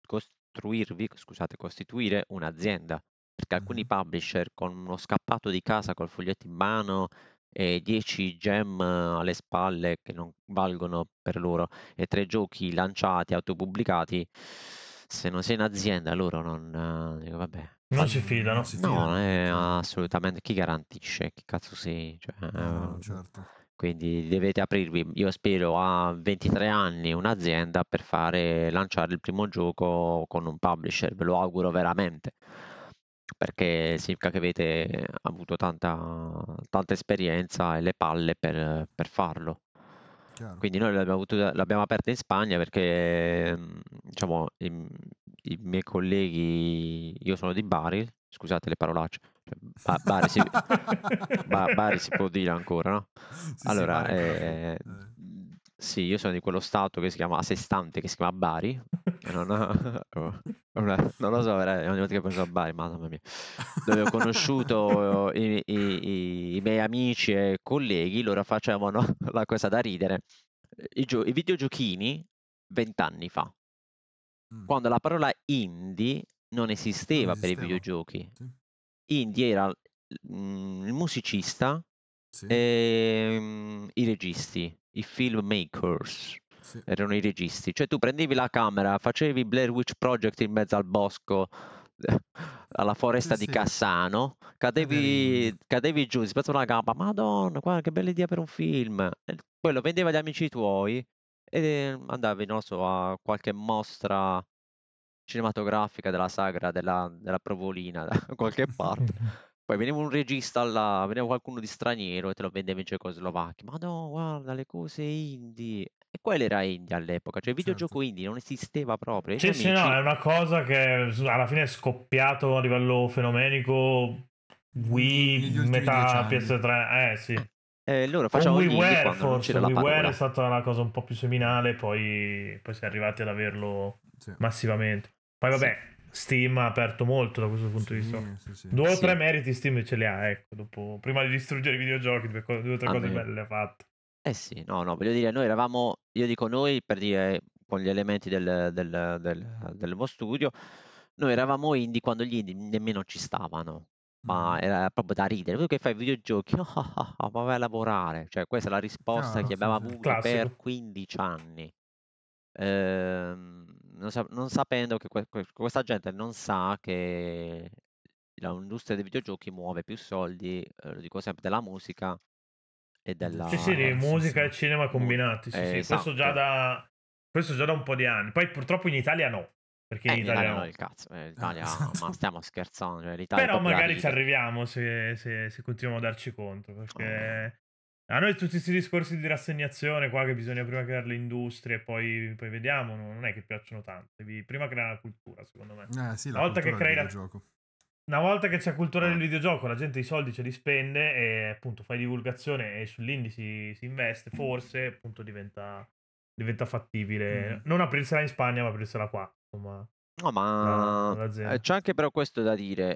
costituire un'azienda, perché alcuni Mhm. publisher con uno scappato di casa col foglietto in mano e 10 gem alle spalle che non valgono per loro e 3 giochi lanciati, autopubblicati, se non sei in azienda loro non... dico, vabbè, Non si Non fidano. si no, fidano, è chiaro. assolutamente. Chi garantisce? Chi cazzo sei? Cioè, No, no, no, certo. quindi dovete aprirvi, io spero a 23 anni un'azienda per lanciare il primo gioco con un publisher, ve lo auguro veramente, perché significa che avete avuto tanta esperienza e le palle per farlo. Chiaro. Quindi noi l'abbiamo aperta in Spagna perché, diciamo, i miei colleghi, io sono di Bari, scusate le parolacce, cioè, Bari si può dire ancora, no? Sì, sì, Allora, Bari è proprio. sì, io sono di quello stato che si chiama a sé stante, che si chiama Bari, e non, non lo so, ogni volta che penso a Bari, mamma mia, dove ho conosciuto i miei amici e colleghi, loro facevano la cosa da ridere, i videogiochini 20 anni fa, Mm, quando la parola indie non non esisteva per i esisteva. videogiochi. Sì, Indie era il musicista sì, e i registi, i filmmakers sì, erano i registi. Cioè tu prendevi la camera, facevi Blair Witch Project in mezzo al bosco, alla sì, foresta di sì. Cassano, Ed eri indie. cadevi giù, si spezzava una gamba, Madonna, guarda che bella idea per un film. E poi lo vendeva agli amici tuoi e andavi, non lo so, a qualche mostra cinematografica della sagra della Provolina da qualche parte. Poi veniva un regista là, veniva qualcuno di straniero e te lo vendeva in Cecoslovacchia. Ma no, guarda le cose indie. E quello era indie all'epoca, cioè il Certo. videogioco indie non esisteva proprio. I Sì, miei sì, no, amici, è una cosa che alla fine è scoppiato a livello fenomenico Wii, Negli ultimi 10 metà anni. PS3, sì. loro Con facevano gli indie WiiWare quando non forse, c'era la WiiWare è parola. stata la cosa un po' più seminale, poi si è arrivati ad averlo Sì, S- massivamente. Poi Sì, vabbè, Steam ha aperto molto da questo punto di vista. sì, sì, sì. Due o tre sì, meriti Steam ce li ha, ecco, prima di distruggere i videogiochi, due o tre cose almeno. belle le ha fatte. Eh sì, no, no, voglio dire, noi eravamo, io dico noi per dire con gli elementi del nuovo studio, noi eravamo indie quando gli indie nemmeno ci stavano, ma Mhm. era proprio da ridere. Tu che fai videogiochi? Ma vai a lavorare. Cioè, questa è la risposta Chiaro, che sì, abbiamo sì. avuto per Classico. 15 anni. Non sapendo che questa gente non sa che l'industria dei videogiochi muove più soldi, lo dico sempre, della musica e Sì, sì, di della... Sì, musica sì. e cinema combinati, sì, sì, esatto. questo già da un po' di anni. Poi purtroppo in Italia no, perché in In Italia Italia no, il no. cazzo. L'Italia, ma Esatto. stiamo scherzando, cioè, l'Italia è Però proprio da magari ci ridere. arriviamo se continuiamo a darci conto, Eh, perché a noi tutti questi discorsi di rassegnazione qua che bisogna prima creare le industrie e poi vediamo, non è che piacciono tanto, devi prima creare la cultura, secondo me. Sì, la Una volta che cultura del crei videogioco. una volta che c'è cultura del ah, videogioco, la gente i soldi ce li spende e appunto fai divulgazione e sull'indie si investe, forse appunto diventa fattibile. Mhm. Non aprirsela in Spagna, ma aprirsela qua, insomma. No, ma l'azienda. c'è anche però questo da dire,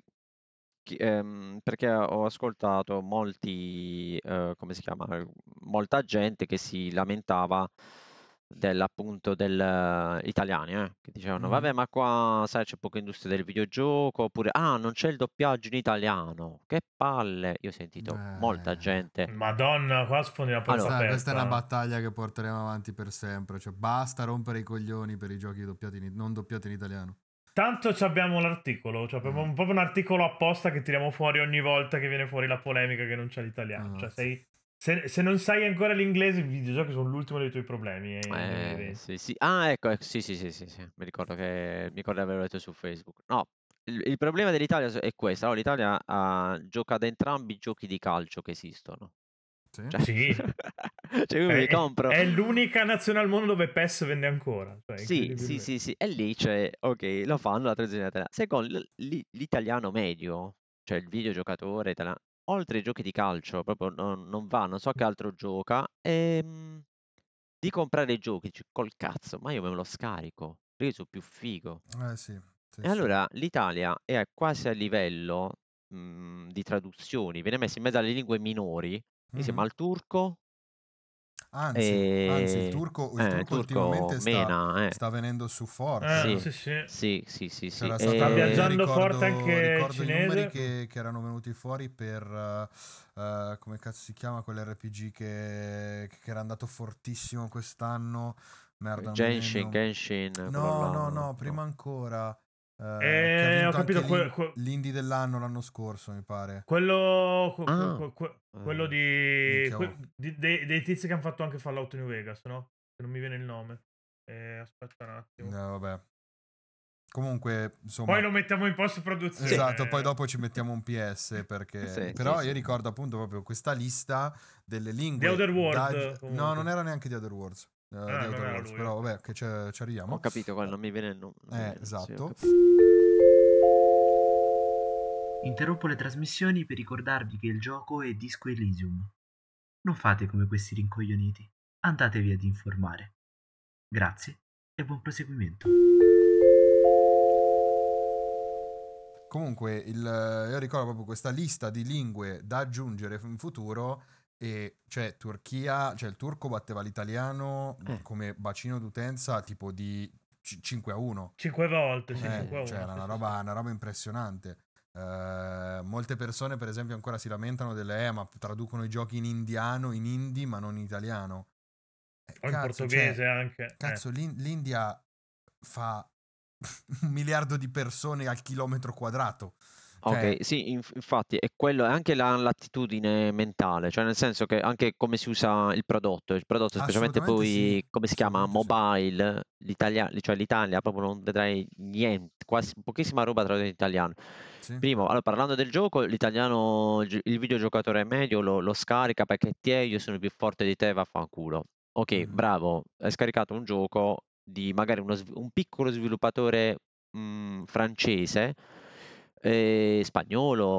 perché ho ascoltato molti, come si chiama, molta gente che si lamentava appunto italiani, che dicevano, vabbè, Mhm. ma qua, sai, c'è poca industria del videogioco, oppure, ah, non c'è il doppiaggio in italiano, che palle. Io ho sentito molta gente. Madonna, qua sfondi una porta Allora, Questa è una aperta. battaglia che porteremo avanti per sempre. Cioè, basta rompere i coglioni per i giochi doppiati non doppiati in italiano. Tanto ci abbiamo l'articolo, cioè abbiamo Mm. proprio un articolo apposta che tiriamo fuori ogni volta che viene fuori la polemica che non c'è l'italiano. Cioè, Esatto. se non sai ancora l'inglese, i videogiochi sono l'ultimo dei tuoi problemi nel 2020. sì, sì. Ah, ecco, sì, sì, sì, sì, sì. Mi ricordo di averlo letto su Facebook. No, il problema dell'Italia è questo. Allora, l'Italia gioca ad entrambi i giochi di calcio che esistono. Sì. Cioè, Sì, cioè io mi compro. è l'unica nazione al mondo dove PES vende ancora. Cioè, Sì, sì, incredibilmente. sì, sì. E lì c'è, ok, lo fanno la traduzione italiana. Secondo l'italiano medio, cioè il videogiocatore italiano, oltre ai giochi di calcio, proprio non va, non so che altro gioca, di comprare i giochi, dici, col cazzo, ma io me lo scarico, perché io sono più figo. Sì, sì, E sì. allora l'Italia è quasi a livello di traduzioni, viene messa in mezzo alle lingue minori, insieme Mhm. al turco Anzi, e il il turco turco ultimamente mena, sta venendo su forte. sì, Sì, sì. sì, sì, sì, sì. C'era Sta stato, io viaggiando forte anche il ricordo i numeri cinese. che erano venuti fuori per, come cazzo si chiama quell'RPG che era andato fortissimo quest'anno. Merda, non mi viene il nome. Genshin, quello No, no, là, no, no. prima ancora, che ha Ho vinto anche capito l'Indie dell'anno l'anno scorso, mi pare. Ah, quello di, Minchia, oh. dei tizi che hanno fatto anche Fallout New Vegas, no? Che non mi viene il nome. Aspetta un attimo. Vabbè. Comunque, Poi insomma, lo mettiamo in post sì, esatto, poi produzione. dopo ci mettiamo un PS perché... sì, sì, Però io sì. ricordo appunto proprio questa lista delle The lingue Outer World, No, non comunque. era neanche di Other Worlds, di Ah, non Outer era Worlds, lui, però ok. vabbè, che ci Ho arriviamo. capito quello, non mi viene il nome. Non mi viene il nome, sì, ho Esatto. capito. Interrompo le trasmissioni per ricordarvi che il gioco è Disco Elysium. Non fate come questi rincoglioniti. Andatevi ad informare. Grazie e buon proseguimento. Comunque, io ricordo proprio questa lista di lingue da aggiungere in futuro e cioè Turchia, cioè il turco batteva l'italiano come bacino d'utenza tipo di 5-1. 5 volte, sì, Eh, 5 a Cioè 1, era sì, sì, sì. una roba impressionante. Molte persone, per esempio, ancora si lamentano delle ma traducono i giochi in indiano, in hindi, ma non in italiano. O in Cazzo, cioè, portoghese anche. cazzo, l'India fa 1 miliardo di persone al chilometro quadrato. ok, Cioè, sì, infatti è quello, è anche l'attitudine mentale, cioè nel senso che anche come si usa il prodotto specialmente assolutamente sì, poi, come si chiama, assolutamente sì. mobile, cioè l'Italia proprio non vedrai niente, quasi pochissima roba tradotta in italiano. Sì, Primo, vero. allora parlando del gioco, l'italiano, il videogiocatore medio lo scarica perché io sono più forte di te, vaffanculo. Ok, Mhm. bravo, hai scaricato un gioco di magari un piccolo sviluppatore francese, spagnolo,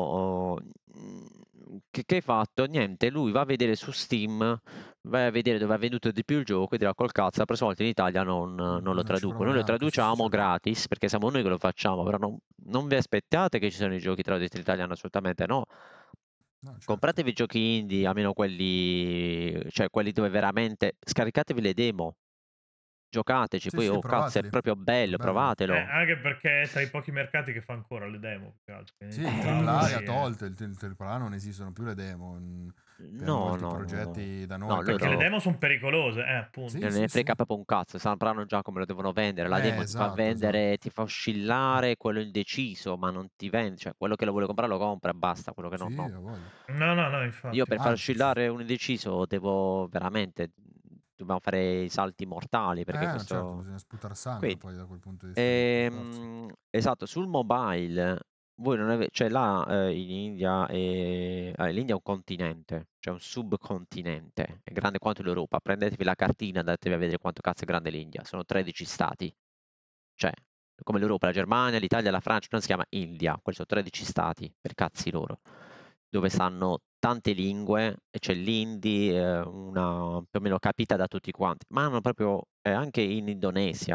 che hai fatto? Niente, lui va a vedere su Steam, va a vedere dove ha venduto di più il gioco e dirà col cazzo, la prossima volta in Italia non lo Non ci traduco. provo Noi lo neanche, sì, sì, traduciamo certo. gratis perché siamo noi che lo facciamo, però non vi aspettate che ci sono i giochi tradotti in italiano, assolutamente no. No, certo. Compratevi i giochi indie, almeno quelli, cioè quelli dove veramente scaricatevi le demo, giocateci, Sì, poi sì, oh cazzo, è provateli. proprio Sono bello, belli. provatelo. Anche perché è tra i pochi mercati che fa ancora le demo, più che altro. Sì, In il cloud AAA li ha lì, tolto, il AAA non esistono più le demo per No, molti no, no, no. progetti da No, noi, perché le loro demo sono pericolose, Sì, appunto. non ne sì, sì. frega proprio un cazzo, sapranno già come lo devono vendere. La demo ti fa Esatto, esatto. vendere, ti fa oscillare quello indeciso, ma non ti vende, cioè quello che lo vuole comprare lo compra e basta, quello che no, Sì, no. ha voglia. No, no, no, Io infatti, per far infatti. Anzi, oscillare un indeciso devo veramente, dobbiamo fare i salti mortali perché no, certo, questo... bisogna sputare sangue Quindi, poi da quel punto di vista lì, per forza. esatto, sul mobile, voi non avete, cioè là in India, l'India è un continente, cioè un subcontinente, è grande quanto l'Europa. Prendetevi la cartina, andatevi a vedere quanto cazzo è grande l'India, sono 13 stati, cioè come l'Europa, la Germania, l'Italia, la Francia, non si chiama India, quelli sono 13 stati, per cazzi loro, dove sanno tante lingue e c'è l'Indi, una più o meno capita da tutti quanti, ma hanno proprio anche in Indonesia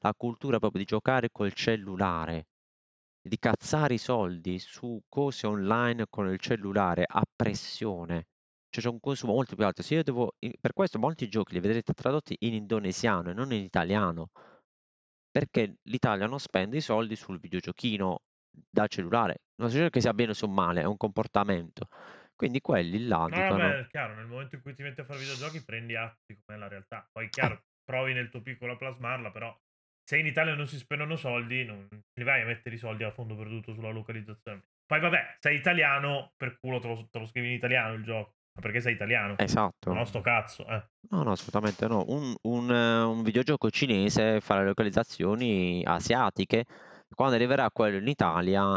la cultura proprio di giocare col cellulare, di cazzare i soldi su cose online con il cellulare a pressione. Cioè c'è un consumo molto più alto. Se io devo, per questo molti giochi li vedrete tradotti in indonesiano e non in italiano, perché l'Italia non spende i soldi sul videogiochino da cellulare. Non so che sia bene o male, è un comportamento. Quindi quelli là No, dicono, vabbè, è chiaro, nel momento in cui ti metti a fare videogiochi prendi atto di com'è la realtà. Poi, eh, chiaro, provi nel tuo piccolo a plasmarla, però se in Italia non si spendono soldi, non li vai a mettere i soldi a fondo perduto sulla localizzazione. Poi, vabbè, sei italiano, per culo te lo scrivi in italiano il gioco. Ma perché sei italiano? esatto. No, sto cazzo, No, no, assolutamente no. Un videogioco cinese fa le localizzazioni asiatiche. Quando arriverà quello in Italia,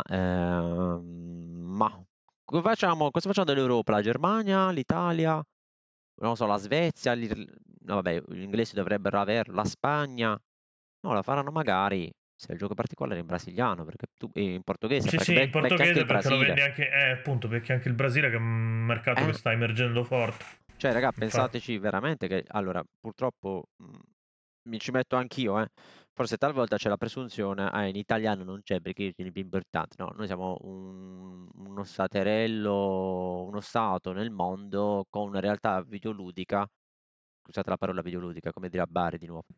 ma cosa facciamo dell'Europa? La Germania, l'Italia, non lo so, la Svezia, no, vabbè, gli inglesi dovrebbero averlo, la Spagna. No, la faranno magari se il gioco è particolare in brasiliano, perché tu, in portoghese, Sì, perché sì, in becchi anche il portoghese perché lo Brasile. vendi anche, appunto, perché anche il Brasile che è un mercato che Eh, sta emergendo forte. Cioè, raga, Infatti. pensateci veramente che, allora, purtroppo mi ci metto anch'io, eh. Forse talvolta c'è la presunzione, in italiano non c'è perché io sono il più importante. No, noi siamo uno staterello, uno stato nel mondo con una realtà videoludica, scusate la parola videoludica, come dire a Bari di nuovo,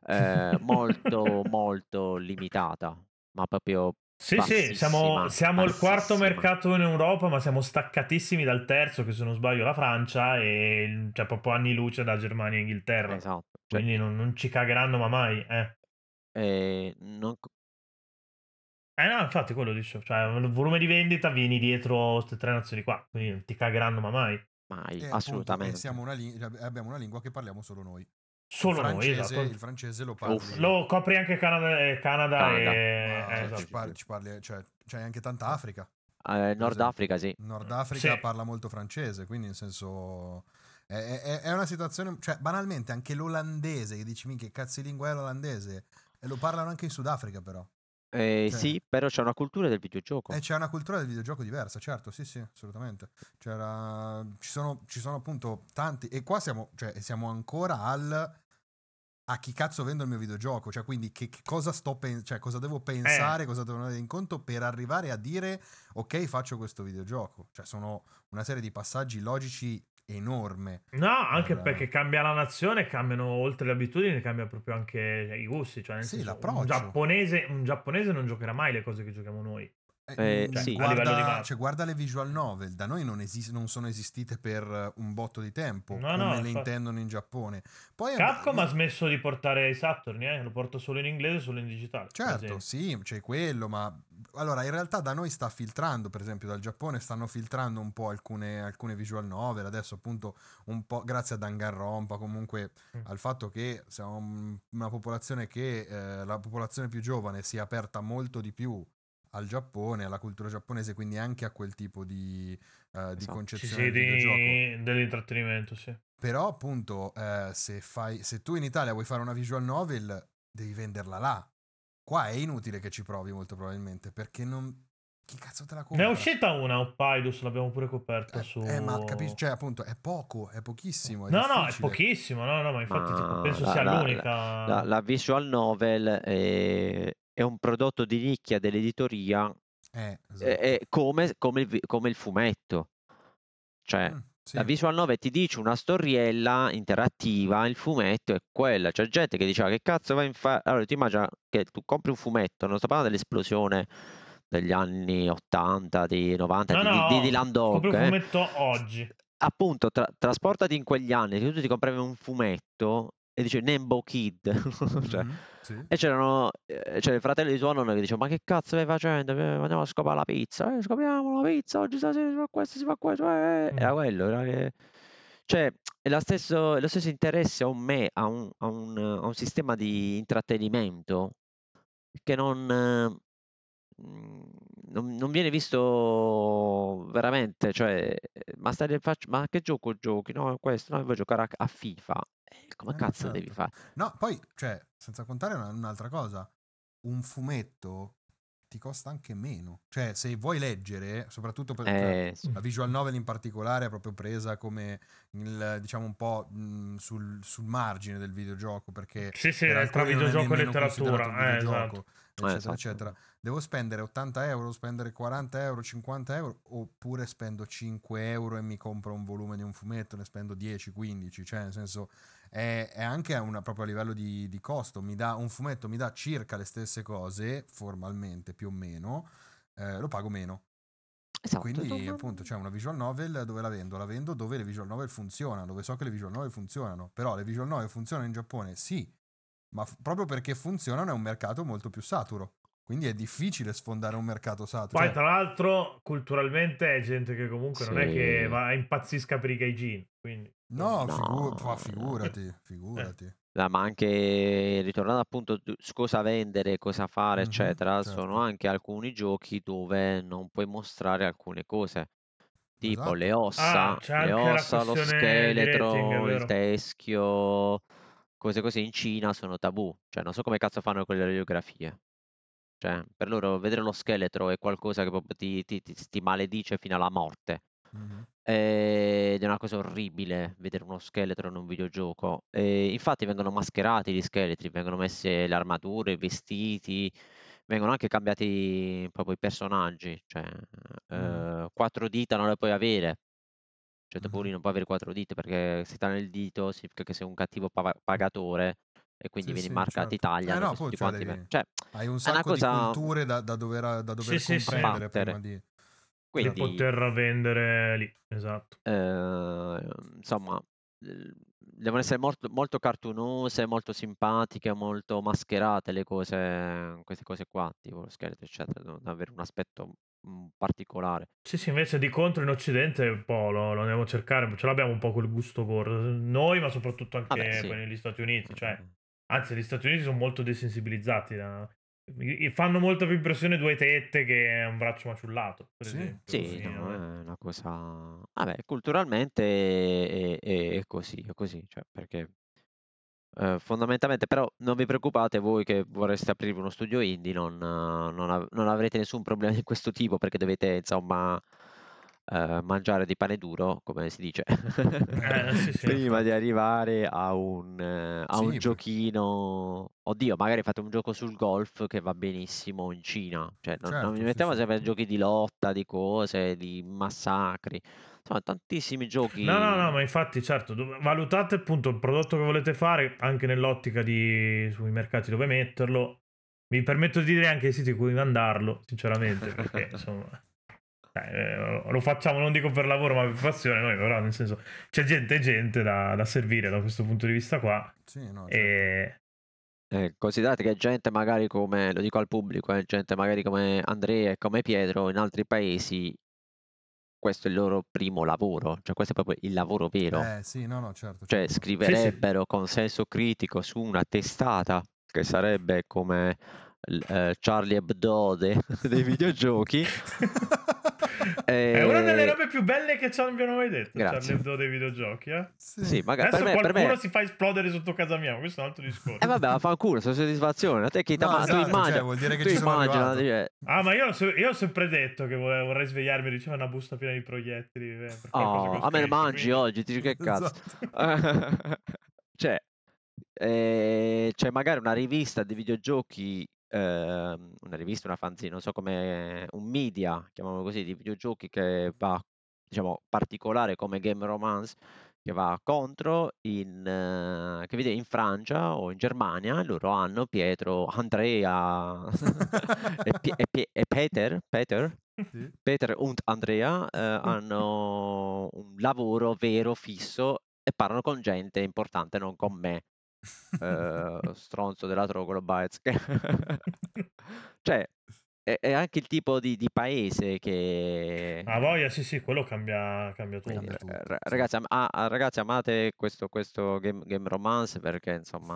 molto, molto limitata, ma proprio Sì, sì, siamo, bassissima, siamo il quarto bassissima. mercato in Europa, ma siamo staccatissimi dal terzo, che se non sbaglio è la Francia, e c'è proprio anni luce da Germania e Inghilterra. Esatto. Cioè, Quindi non ci cagheranno ma mai, eh. non, No, infatti quello dice, cioè il volume di vendita vieni dietro queste tre nazioni qua, quindi non ti cagheranno ma mai. mai, E appunto, assolutamente. abbiamo una lingua che parliamo solo noi. Solo noi, esatto. Il francese lo Uff, parli, Lo copri anche Canada Canada. e... Sì, sì, ci sì, esatto. sì. parli, cioè, c'è anche tanta Africa, per Nord esempio. Africa, sì. Nord Sì. Africa parla molto francese, quindi nel senso è una situazione, cioè banalmente anche l'olandese, che dici, minchia, che cazzo di lingua è l'olandese? E lo parlano anche in Sudafrica però. Cioè, Sì, però c'è una cultura del videogioco. c'è una cultura del videogioco diversa, certo, sì, sì, assolutamente. Ci sono appunto tanti, e qua siamo ancora a chi cazzo vendo il mio videogioco, cioè quindi che cosa cioè cosa devo pensare, cosa devo avere in conto per arrivare a dire ok, faccio questo videogioco. Cioè sono una serie di passaggi logici enorme. No, anche Per, perché cambia la nazione, cambiano oltre le abitudini, cambia proprio anche i gusti, cioè nel sì, senso l'approccio. un giapponese non giocherà mai le cose che giochiamo noi, cioè Sì, a livello di Guarda le visual novel, da noi non sono esistite per un botto di tempo, No, no, come le infatti. intendono in Giappone. Poi Capcom ha smesso di portare i Saturn, lo porta solo in inglese, solo in digitale, per certo, esempio. sì, c'è quello, ma allora in realtà da noi sta filtrando, per esempio dal Giappone stanno filtrando un po' alcune visual novel, adesso appunto un po' grazie a Danganronpa, comunque Mm. al fatto che siamo una popolazione che la popolazione più giovane si è aperta molto di più al Giappone, alla cultura giapponese, quindi anche a quel tipo di esatto. Sì, concezione sì, del videogioco. dell'intrattenimento, sì. Però appunto se tu in Italia vuoi fare una visual novel devi venderla là. Qua è inutile che ci provi molto probabilmente perché non... Chi cazzo te la Ne è compra? uscita una, Opidus, l'abbiamo pure coperta su... Ma capisci? Cioè appunto è poco, è pochissimo, è No, no, è difficile. pochissimo, no, no, ma infatti tipo Ma penso sia l'unica... la visual novel è un prodotto di nicchia dell'editoria, Esatto. come il fumetto. Cioè, la Sì, visual novel ti dice una storiella interattiva, il fumetto è quella. C'è gente che diceva che cazzo vai in fare. Allora, ti immagina che tu compri un fumetto, non sto parlando dell'esplosione degli anni 80, di 90, No, di no, Dylan compri Dog, un fumetto oggi. Appunto, trasportati in quegli anni, che tu ti compravi un fumetto e dice Nembo Kid, cioè, mhm, sì. e c'era il fratello di suo nonno che diceva: Ma che cazzo stai facendo? Andiamo a scopare la pizza, scopriamo la pizza, oggi stasera si fa questo, si fa questo, Era Mm. quello, cioè, è lo stesso interesse a un sistema di intrattenimento che mhmm, non viene visto veramente, cioè, ma che gioco giochi? No, questo, no, vuoi giocare a FIFA. Come No, cazzo devi certo. fare? No, poi, cioè, senza contare un'altra cosa, un fumetto ti costa anche meno. Cioè, se vuoi leggere, soprattutto per Sì. la visual novel in particolare è proprio presa come diciamo un po' sul margine del videogioco, perché Sì, per tra alcuni non è videogioco e nemmeno considerato un letteratura, videogioco, esatto. eccetera, eccetera. Devo spendere 80 euro, spendere 40 euro, 50 euro, oppure spendo 5 euro e mi compro un volume di un fumetto, ne spendo 10, 15, cioè nel senso è anche proprio a livello di costo. Un fumetto mi dà circa le stesse cose, formalmente più o meno, lo pago meno. Esatto, Quindi appunto c'è una visual novel dove la vendo? La vendo dove le visual novel funzionano, dove so che le visual novel funzionano. Però le visual novel funzionano in Giappone, sì, ma proprio perché funzionano è un mercato molto più saturo. Quindi è difficile sfondare un mercato saturo. Poi, tra l'altro, culturalmente è gente che comunque non è che sì. impazzisca per i gaijin. Quindi, No, No, figurati. ma anche ritornando appunto su cosa vendere, cosa fare, eccetera, sono Certo. anche alcuni giochi dove non puoi mostrare alcune cose, tipo le Esatto. ossa, c'è anche la lo questione di rating, è scheletro, il vero. teschio, cose così in Cina sono tabù. Cioè, non so come cazzo fanno con le radiografie. Cioè, per loro vedere lo scheletro è qualcosa che proprio ti maledice fino alla morte. Mhm. Ed è una cosa orribile vedere uno scheletro in un videogioco. E infatti vengono mascherati gli scheletri, vengono messe le armature, i vestiti, vengono anche cambiati proprio i personaggi. Cioè, Mhm. 4 dita non le puoi avere. Cioè, Mhm. Topolino non può avere 4 dita perché se taglia il dito significa che sei un cattivo pagatore e quindi Sì, vieni sì, marcato, ti certo. tagliano No, così poi tutti cioè quanti. Cioè, hai un è una sacco di cosa culture da Sì, dover sì, a sì. comprendere prima battere. di... Da Certo. Quindi, poter vendere lì, esatto. insomma, devono essere molto, molto cartoonose, molto simpatiche, molto mascherate le cose, queste cose qua, tipo lo scheletro, eccetera, devono avere un aspetto particolare. Sì, sì, invece di contro in Occidente un po' lo andiamo a cercare, ce l'abbiamo un po' quel gusto gore, noi, ma soprattutto Vabbè, anche sì. poi negli Stati Uniti, cioè, Mm. anzi, gli Stati Uniti sono molto desensibilizzati, fanno molto più impressione due tette che un braccio maciullato, per Sì, esempio, sì, Sì, sì. così, no, vabbè. è una cosa... Vabbè, culturalmente è così, cioè, perché fondamentalmente, però non vi preoccupate voi che vorreste aprire uno studio indie, non avrete nessun problema di questo tipo perché dovete, insomma, mangiare di pane duro, come si dice, Sì, sì, prima di infatti. arrivare a un Sì, giochino. Oddio, magari fate un gioco sul golf che va benissimo in Cina, cioè non mi certo, sì, mettiamo sì. sempre a giochi di lotta, di cose, di massacri. Insomma, tantissimi No, giochi. ma infatti, certo, valutate appunto il prodotto che volete fare anche nell'ottica sui mercati dove metterlo. Mi permetto di dire anche i siti in cui mandarlo, sinceramente, perché insomma, lo facciamo non dico per lavoro, ma per passione noi, però nel senso c'è gente da servire da questo punto di vista qua. Sì, no, certo. E Considerate che gente magari come, lo dico al pubblico, gente magari come Andrea e come Pietro in altri paesi, questo è il loro primo lavoro, cioè questo è proprio il lavoro vero. Sì, no, certo, Cioè certo. sì, sì. scriverebbero con senso critico su una testata che sarebbe come Charlie Hebdo dei videogiochi. È una delle E... robe più belle che ci abbiano mai detto, Charlie Grazie. Hebdo dei videogiochi, eh? Sì. Sì, magari Adesso per me. qualcuno si fa esplodere sotto casa mia, ma questo è un altro discorso. Vabbè, ma fanculo, sono soddisfazione. A te che No, tu esatto, cioè immagina, vuol dire che tu ci sono immagina, arrivato. cioè, Ah, ma io ho sempre detto che vorrei svegliarmi e ricevere una busta piena di proiettili per qualcosa che oh, ho a me ne scritto, mangi quindi... oggi, ti dici che cazzo. Esatto. Cioè, c'è magari una rivista di videogiochi, una rivista, una fanzine, non so come, un media, chiamiamolo così, di videogiochi che va, diciamo, particolare come Game Romance, che va contro che vede in Francia o in Germania, e loro hanno Pietro, Andrea e Sì. Peter und Andrea hanno un lavoro vero, fisso e parlano con gente importante, non con me, stronzo della Troglobites. Cioè, è anche il tipo di paese che... Ah, voglia, sì, sì, quello cambia Quindi, Cambia tutto. tutto, sì. ragazzi, ragazzi, amate questo game romance perché, insomma,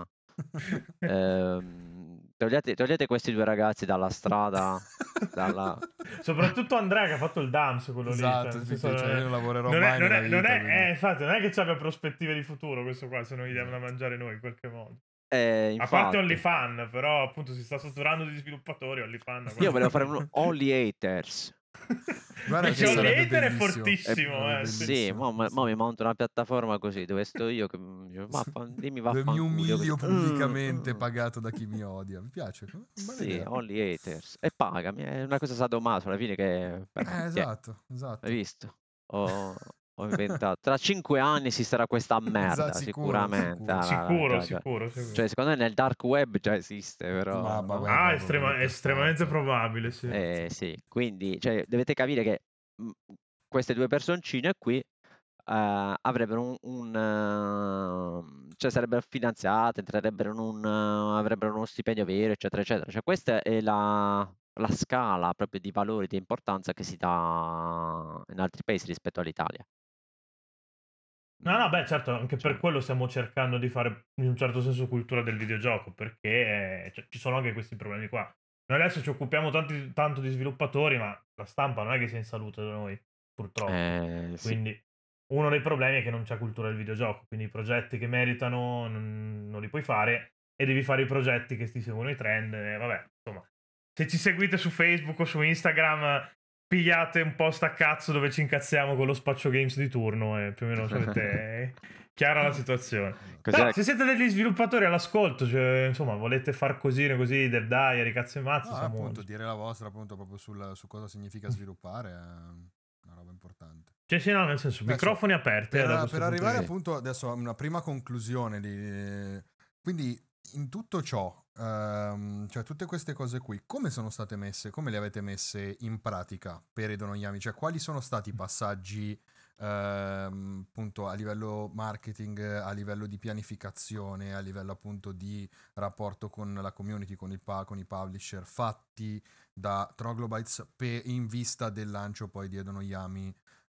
togliete questi due ragazzi dalla strada, dalla... Soprattutto Andrea che ha fatto il DAMS, quello lì, cioè, Esatto, nel senso, perché cioè, io non lavorerò mai nella vita, quindi... infatti, non è che ci abbia prospettive di futuro questo qua, se non gli diamo da mangiare noi in qualche modo. A parte infatti, OnlyFan, però appunto si sta saturando di sviluppatori. OnlyFan. io volevo fare un Only Haters. Guarda Dice che Sì, sarebbe Hater è bellissimo. fortissimo, Sarebbe sì. sì, bellissimo. mo mi monto una piattaforma così, dove sto io che dimmi Dove mi vaffanculo, io così. umilio pubblicamente pagato da chi mi odia. Mi piace, bella Sì, idea. Only Haters. E pagami, è una cosa sadomaso alla fine che... Tiè, Esatto, hai esatto. visto? Ho inventato. Tra 5 anni ci sarà questa merda, Sicuro, sicuramente. sicuro. Sicuro, Già, già. sicuro. Cioè, secondo me nel dark web già esiste, Ma però no? vabbè, Ah, proprio quello per estremamente forza. probabile, sì. Sì, quindi cioè, dovete capire che mh, queste due personcine qui avrebbero cioè sarebbero finanziate, entrerebbero avrebbero uno stipendio vero, eccetera, eccetera. Cioè, questa è la scala proprio di valori, di importanza che si dà in altri paesi rispetto all'Italia. No, beh, certo, anche per Cioè, quello stiamo cercando di fare in un certo senso cultura del videogioco, perché cioè, ci sono anche questi problemi qua. Noi adesso ci occupiamo tanto di sviluppatori, ma la stampa non è che sia in salute da noi, purtroppo. sì. Quindi uno dei problemi è che non c'è cultura del videogioco, quindi i progetti che meritano non li puoi fare e devi fare i progetti che ti seguono i trend. E vabbè, insomma, se ci seguite su Facebook o su Instagram pigliate un post a cazzo dove ci incazziamo con lo spaccio games di turno e più o meno avete chiara la situazione. Però Cos'è? se siete degli sviluppatori all'ascolto, cioè, insomma, volete far cosine così, Dev Diary, cazzo e mazzi, No, siamo... appunto, dire la vostra appunto proprio su cosa significa sviluppare è una roba importante. Cioè, sì, no, nel senso, Adesso, microfoni aperti da questo per punto di arrivare vista. appunto adesso a una prima conclusione quindi in tutto ciò, cioè tutte queste cose qui, come sono state messe, come le avete messe in pratica per Edo Yami? Cioè quali sono stati i passaggi appunto a livello marketing, a livello di pianificazione, a livello appunto di rapporto con la community, con i publisher, fatti da Troglobites in vista del lancio poi di Edo Yami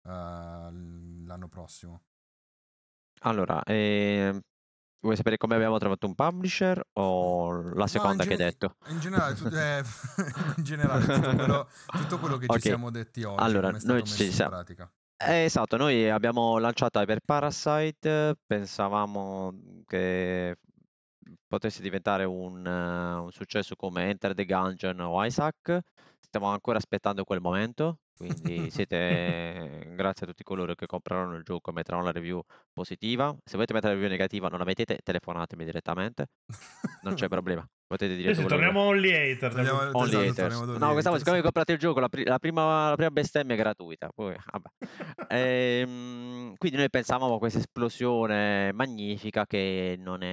l'anno prossimo? Allora, vuoi sapere come abbiamo trovato un publisher o la No, seconda che hai detto? in generale, in generale tutto quello che ci Ok, siamo detti oggi, allora come è noi stato ci messo in siamo. pratica. Esatto, noi abbiamo lanciato Hyper Parasite, pensavamo che potesse diventare un successo come Enter the Gungeon o Isaac. Stiamo ancora aspettando quel momento, quindi grazie a tutti coloro che compreranno il gioco e metteranno la review positiva. Se volete mettere la review negativa non la mettete, telefonatemi direttamente, non c'è problema. Potete dire Sì, tutto sì, quello che torniamo a Only Hater da questo punto Only di Esatto, vista. haters. torniamo ad No, Only questa volta, siccome Haters. hai comprato il gioco, la prima bestemmia è gratuita. Poi, vabbè. Quindi noi pensavamo a questa esplosione magnifica che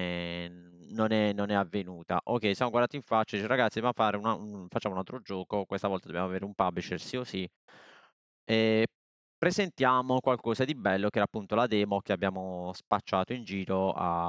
non è avvenuta. Ok, siamo guardati in faccia e dice, ragazzi, facciamo un altro gioco, questa volta dobbiamo avere un publisher sì o sì. E presentiamo qualcosa di bello che era appunto la demo che abbiamo spacciato in giro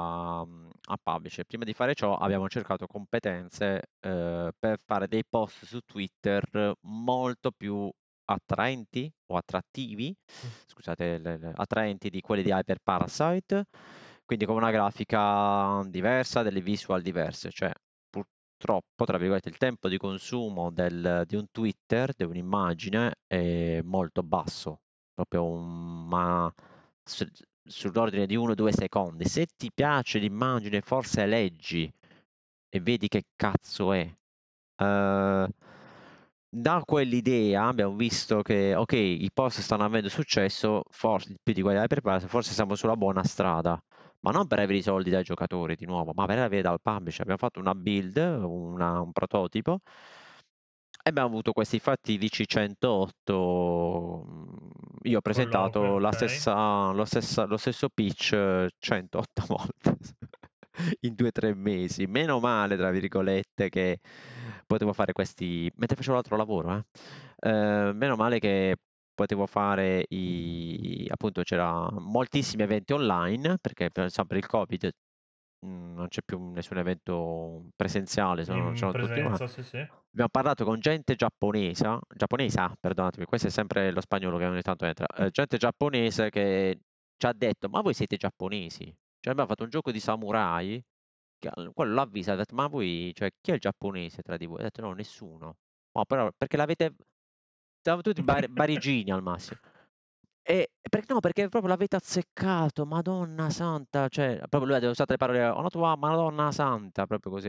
a publisher. Prima di fare ciò abbiamo cercato competenze per fare dei post su Twitter molto più attraenti o attrattivi, scusate, attraenti di quelli di Hyper Parasite, quindi con una grafica diversa, delle visual diverse, cioè purtroppo, tra virgolette, il tempo di consumo di un Twitter, di un'immagine, è molto basso, proprio sull'ordine di 1-2 secondi. Se ti piace l'immagine, forse leggi e vedi che cazzo è. Da quell'idea abbiamo visto che, ok, i post stanno avendo successo, forse più di quelli da preparato, forse siamo sulla buona strada, ma non per avere i soldi dai giocatori di nuovo, ma per avere dal publisher. Abbiamo fatto una build, un prototipo, e abbiamo avuto questi fatidici 108. Io ho Colloqui, presentato ok. lo stesso pitch 108 volte in 2 o 3 mesi. Meno male, tra virgolette, che potevo fare questi mentre facevo l'altro lavoro, meno male che potevo fare appunto c'era moltissimi eventi online, perché sempre il Covid, non c'è più nessun evento presenziale, In sono tutti online. presenza, sì, sì. Abbiamo parlato con gente giapponesa, perdonatemi, questo è sempre lo spagnolo che ogni tanto entra, gente giapponese che ci ha detto, ma voi siete giapponesi? Cioè abbiamo fatto un gioco di samurai, quello l'ha visto, ha detto, ma voi, cioè chi è il giapponese tra di voi? Ha detto, no, nessuno. Ma però, perché l'avete, siamo tutti barigini al massimo. perché no, perché proprio l'avete azzeccato, Madonna Santa, cioè, proprio lui ha usato le parole, oh, no, tua Madonna Santa, proprio così.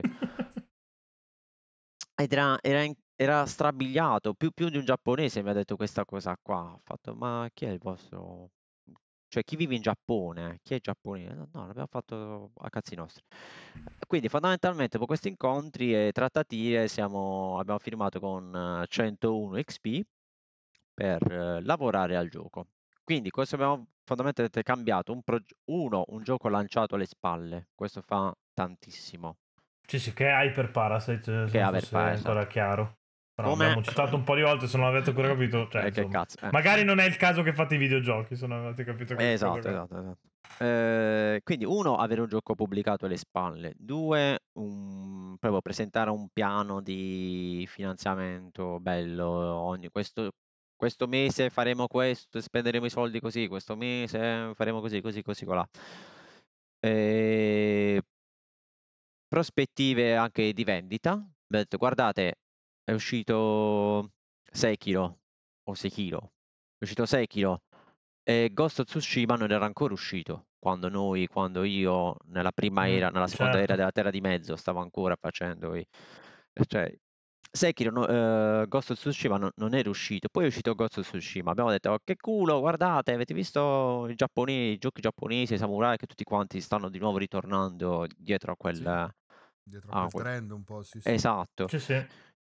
Ed era strabiliato, più di un giapponese mi ha detto questa cosa qua. Ho fatto, ma chi è il vostro... Cioè, chi vive in Giappone? Chi è giapponese? No, no, l'abbiamo fatto a cazzi nostri. Quindi, fondamentalmente, dopo questi incontri e trattative, abbiamo firmato con 101 XP per lavorare al gioco. Quindi, questo abbiamo fondamentalmente cambiato un gioco lanciato alle spalle. Questo fa tantissimo. Sì, che è Hyper Parasite, se Che è non aver fosse ancora esatto. chiaro. Però Come? abbiamo citato un po' di volte, se non l'avete ancora capito, cioè, Che insomma. cazzo. Magari non è il caso che fate i videogiochi, se non avete capito questa cosa Esatto, qua. esatto, esatto. Quindi uno, avere un gioco pubblicato alle spalle. Due, proprio presentare un piano di finanziamento bello. Questo mese faremo questo, spenderemo i soldi così, questo mese faremo così, così, così, colà. Eh, Prospettive anche di vendita. Ho detto, guardate, è uscito Sekiro o Sekiro. È uscito Sekiro e Ghost of Tsushima non era ancora uscito quando io nella prima era, nella seconda era Certo. della Terra di Mezzo stavo ancora facendo cioè Sekiro, Ghost of Tsushima non era uscito, poi è uscito Ghost of Tsushima. Abbiamo detto, oh, che culo, guardate, avete visto i giochi giapponesi, i samurai che tutti quanti stanno di nuovo ritornando dietro a Sì, quel... dietro a a quel que- trend un po', sì, sì. Esatto. Sì, sì.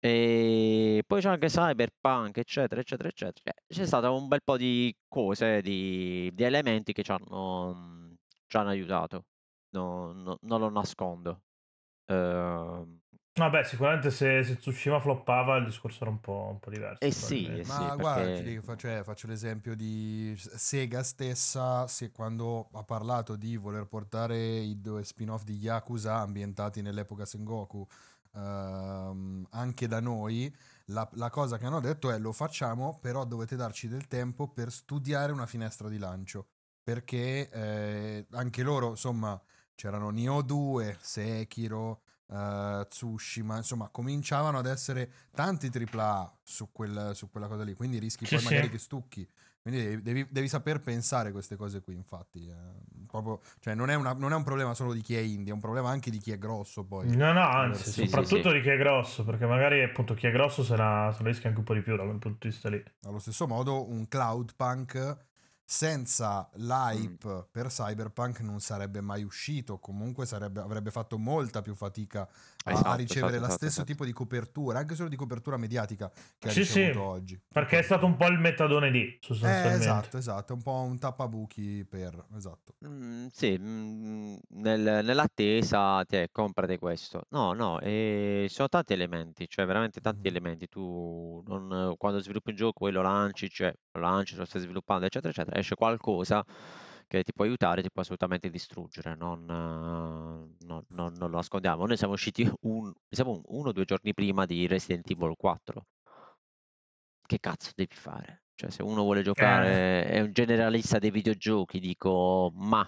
E poi c'è anche Cyberpunk, eccetera, eccetera, eccetera. C'è stato un bel po' di cose, di elementi che ci hanno aiutato. Non lo nascondo. Ehm, Vabbè, sicuramente se Tsushima floppava il discorso era un po' diverso, eh probabilmente. sì, Ma guarda, ti perché... dico, faccio l'esempio di Sega stessa, quando ha parlato di voler portare i due spin-off di Yakuza ambientati nell'epoca Sengoku, anche da noi, la cosa che hanno detto è lo facciamo, però dovete darci del tempo per studiare una finestra di lancio, perché anche loro, insomma, c'erano Nioh 2, Sekiro, Tsushima, insomma, cominciavano ad essere tanti AAA su quella cosa lì, quindi rischi Sì, poi sì. magari che stucchi. Quindi devi saper pensare queste cose qui, infatti. Proprio, cioè non è un problema solo di chi è indie, è un problema anche di chi è grosso poi. No, no, Dover anzi, Sì, sì, sì. soprattutto di chi è grosso, perché magari appunto chi è grosso se la rischia anche un po' di più da quel punto di vista lì. Allo stesso modo, un Cloudpunk senza Mm, l'hype per Cyberpunk non sarebbe mai uscito, comunque avrebbe fatto molta più fatica a esatto, ricevere esatto, lo esatto, stesso esatto. tipo di copertura, anche solo di copertura mediatica che ha Sì, sì, ricevuto oggi. Per perché è stato questo. un po' il metadone lì, sostanzialmente. Esatto, è un po' un tappabuchi per... Esatto. Sì, nell'attesa, comprate questo. No, no, ci sono tanti elementi, cioè veramente tanti Mhm. elementi. Tu quando sviluppi un gioco, poi lo lanci, lo stai sviluppando, eccetera, eccetera, esce qualcosa che ti può aiutare, ti può assolutamente distruggere. Non lo nascondiamo. Noi siamo usciti siamo 1 o 2 giorni prima di Resident Evil 4. Che cazzo devi fare? Cioè, se uno vuole Eh, giocare, è un generalista dei videogiochi, dico, ma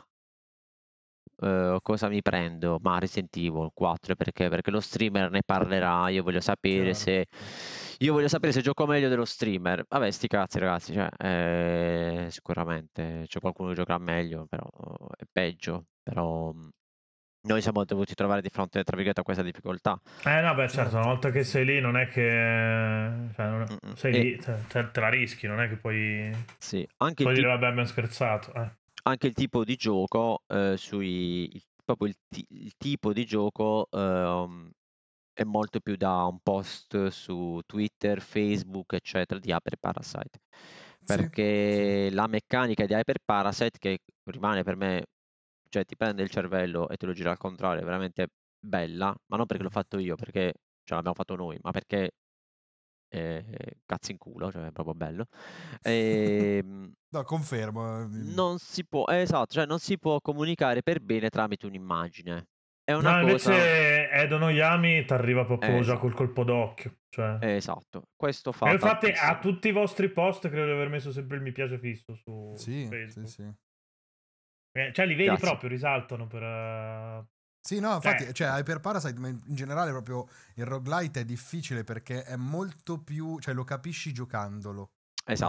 cosa mi prendo? Ma Resident Evil 4 perché? Perché lo streamer ne parlerà, Chiaro. io voglio sapere se gioco meglio dello streamer. Vabbè, sti cazzi ragazzi, cioè, sicuramente c'è qualcuno che giocherà meglio, però è peggio, però noi siamo dovuti trovare di fronte, tra virgolette, a questa difficoltà. no, beh, certo, una Certo, volta sì, che sì. sei lì non è che... Cioè, Mm-mm. sei E lì, te la rischi, non è che sì, anche puoi dire vabbè abbiamo scherzato. anche il tipo di gioco, proprio il tipo di gioco è molto più da un post su Twitter, Facebook, eccetera, di Hyper Parasite. Sì, sì. Perché la meccanica di Hyper Parasite, che rimane per me, cioè ti prende il cervello e te lo gira al contrario, è veramente bella, ma non perché l'ho Mhm. fatto io, perché ce l'abbiamo fatto noi, ma perché cazzo in culo, cioè è proprio bello. Ehm, No, confermo. Non si può, esatto, cioè non si può comunicare per bene tramite un'immagine. È una No, cosa, invece Edo Noyami ti arriva proprio già col esatto, colpo d'occhio. Cioè... esatto, questo E fa infatti a tantissimo. tutti i vostri post credo di aver messo sempre il mi piace fisso su Sì, sì, Facebook. sì. Cioè li vedi Grazie. proprio, risaltano per... Sì, no, infatti, Cioè, cioè, Hyper Parasite, ma in generale proprio il roguelite è difficile perché è molto più, cioè lo capisci giocandolo, no? Esatto.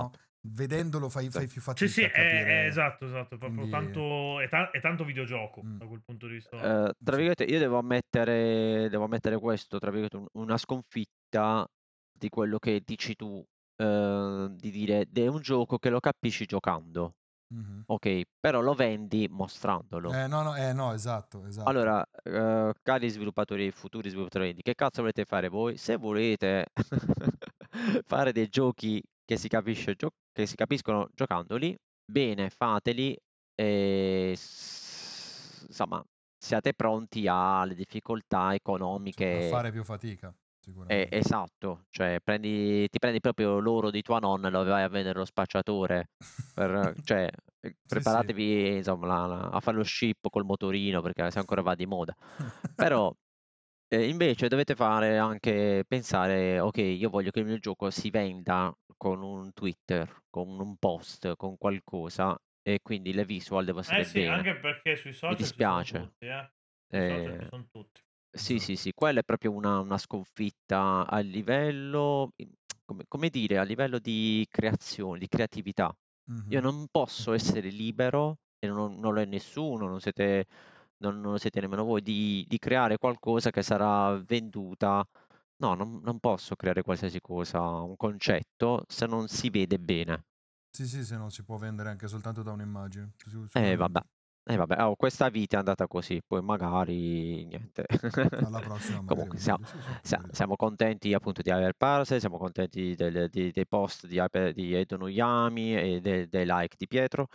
vedendolo fai più Sì, fatica sì, a capire. esatto, proprio Quindi, tanto, è tanto videogioco da quel punto di vista. Tra sì. virgolette, io devo ammettere questo, tra virgolette, una sconfitta di quello che dici tu, di dire è un gioco che lo capisci giocando, Mhm. ok, però lo vendi mostrandolo. No, esatto. Allora, cari sviluppatori, futuri sviluppatori indie, che cazzo volete fare voi? Se volete fare dei giochi che si capiscono giocandoli, bene, fateli e insomma, siate pronti alle difficoltà Sì, a economiche. fare più fatica, sicuramente. Esatto, cioè ti prendi proprio l'oro di tua nonna e lo vai a vendere allo spacciatore. Cioè, Sì. preparatevi insomma, a fare lo ship col motorino perché se ancora va di moda. Però invece dovete fare anche pensare, ok, io voglio che il mio gioco si venda con un Twitter, con un post, con qualcosa e quindi le visual devono essere Sì, bene. anche perché sui Mi social ci sono dispiace. tutti, Sui social ci sono tutti. Sì, Esatto. sì, sì, quella è proprio una sconfitta a livello, come dire, a livello di creazione, di creatività. Io Mhm. non posso essere libero, e non lo è nessuno, non lo siete nemmeno voi, di creare qualcosa che sarà venduta. No, non posso creare qualsiasi cosa, un concetto, se non si vede bene. Sì, se no si può vendere anche soltanto da un'immagine, sicuramente. Vabbè, questa vita è andata così, poi magari niente. Alla prossima magari va Comunque siamo, meglio, sì, per carità. siamo contenti appunto di aver Parse, siamo contenti dei post di Edo Noyami e dei like di Pietro.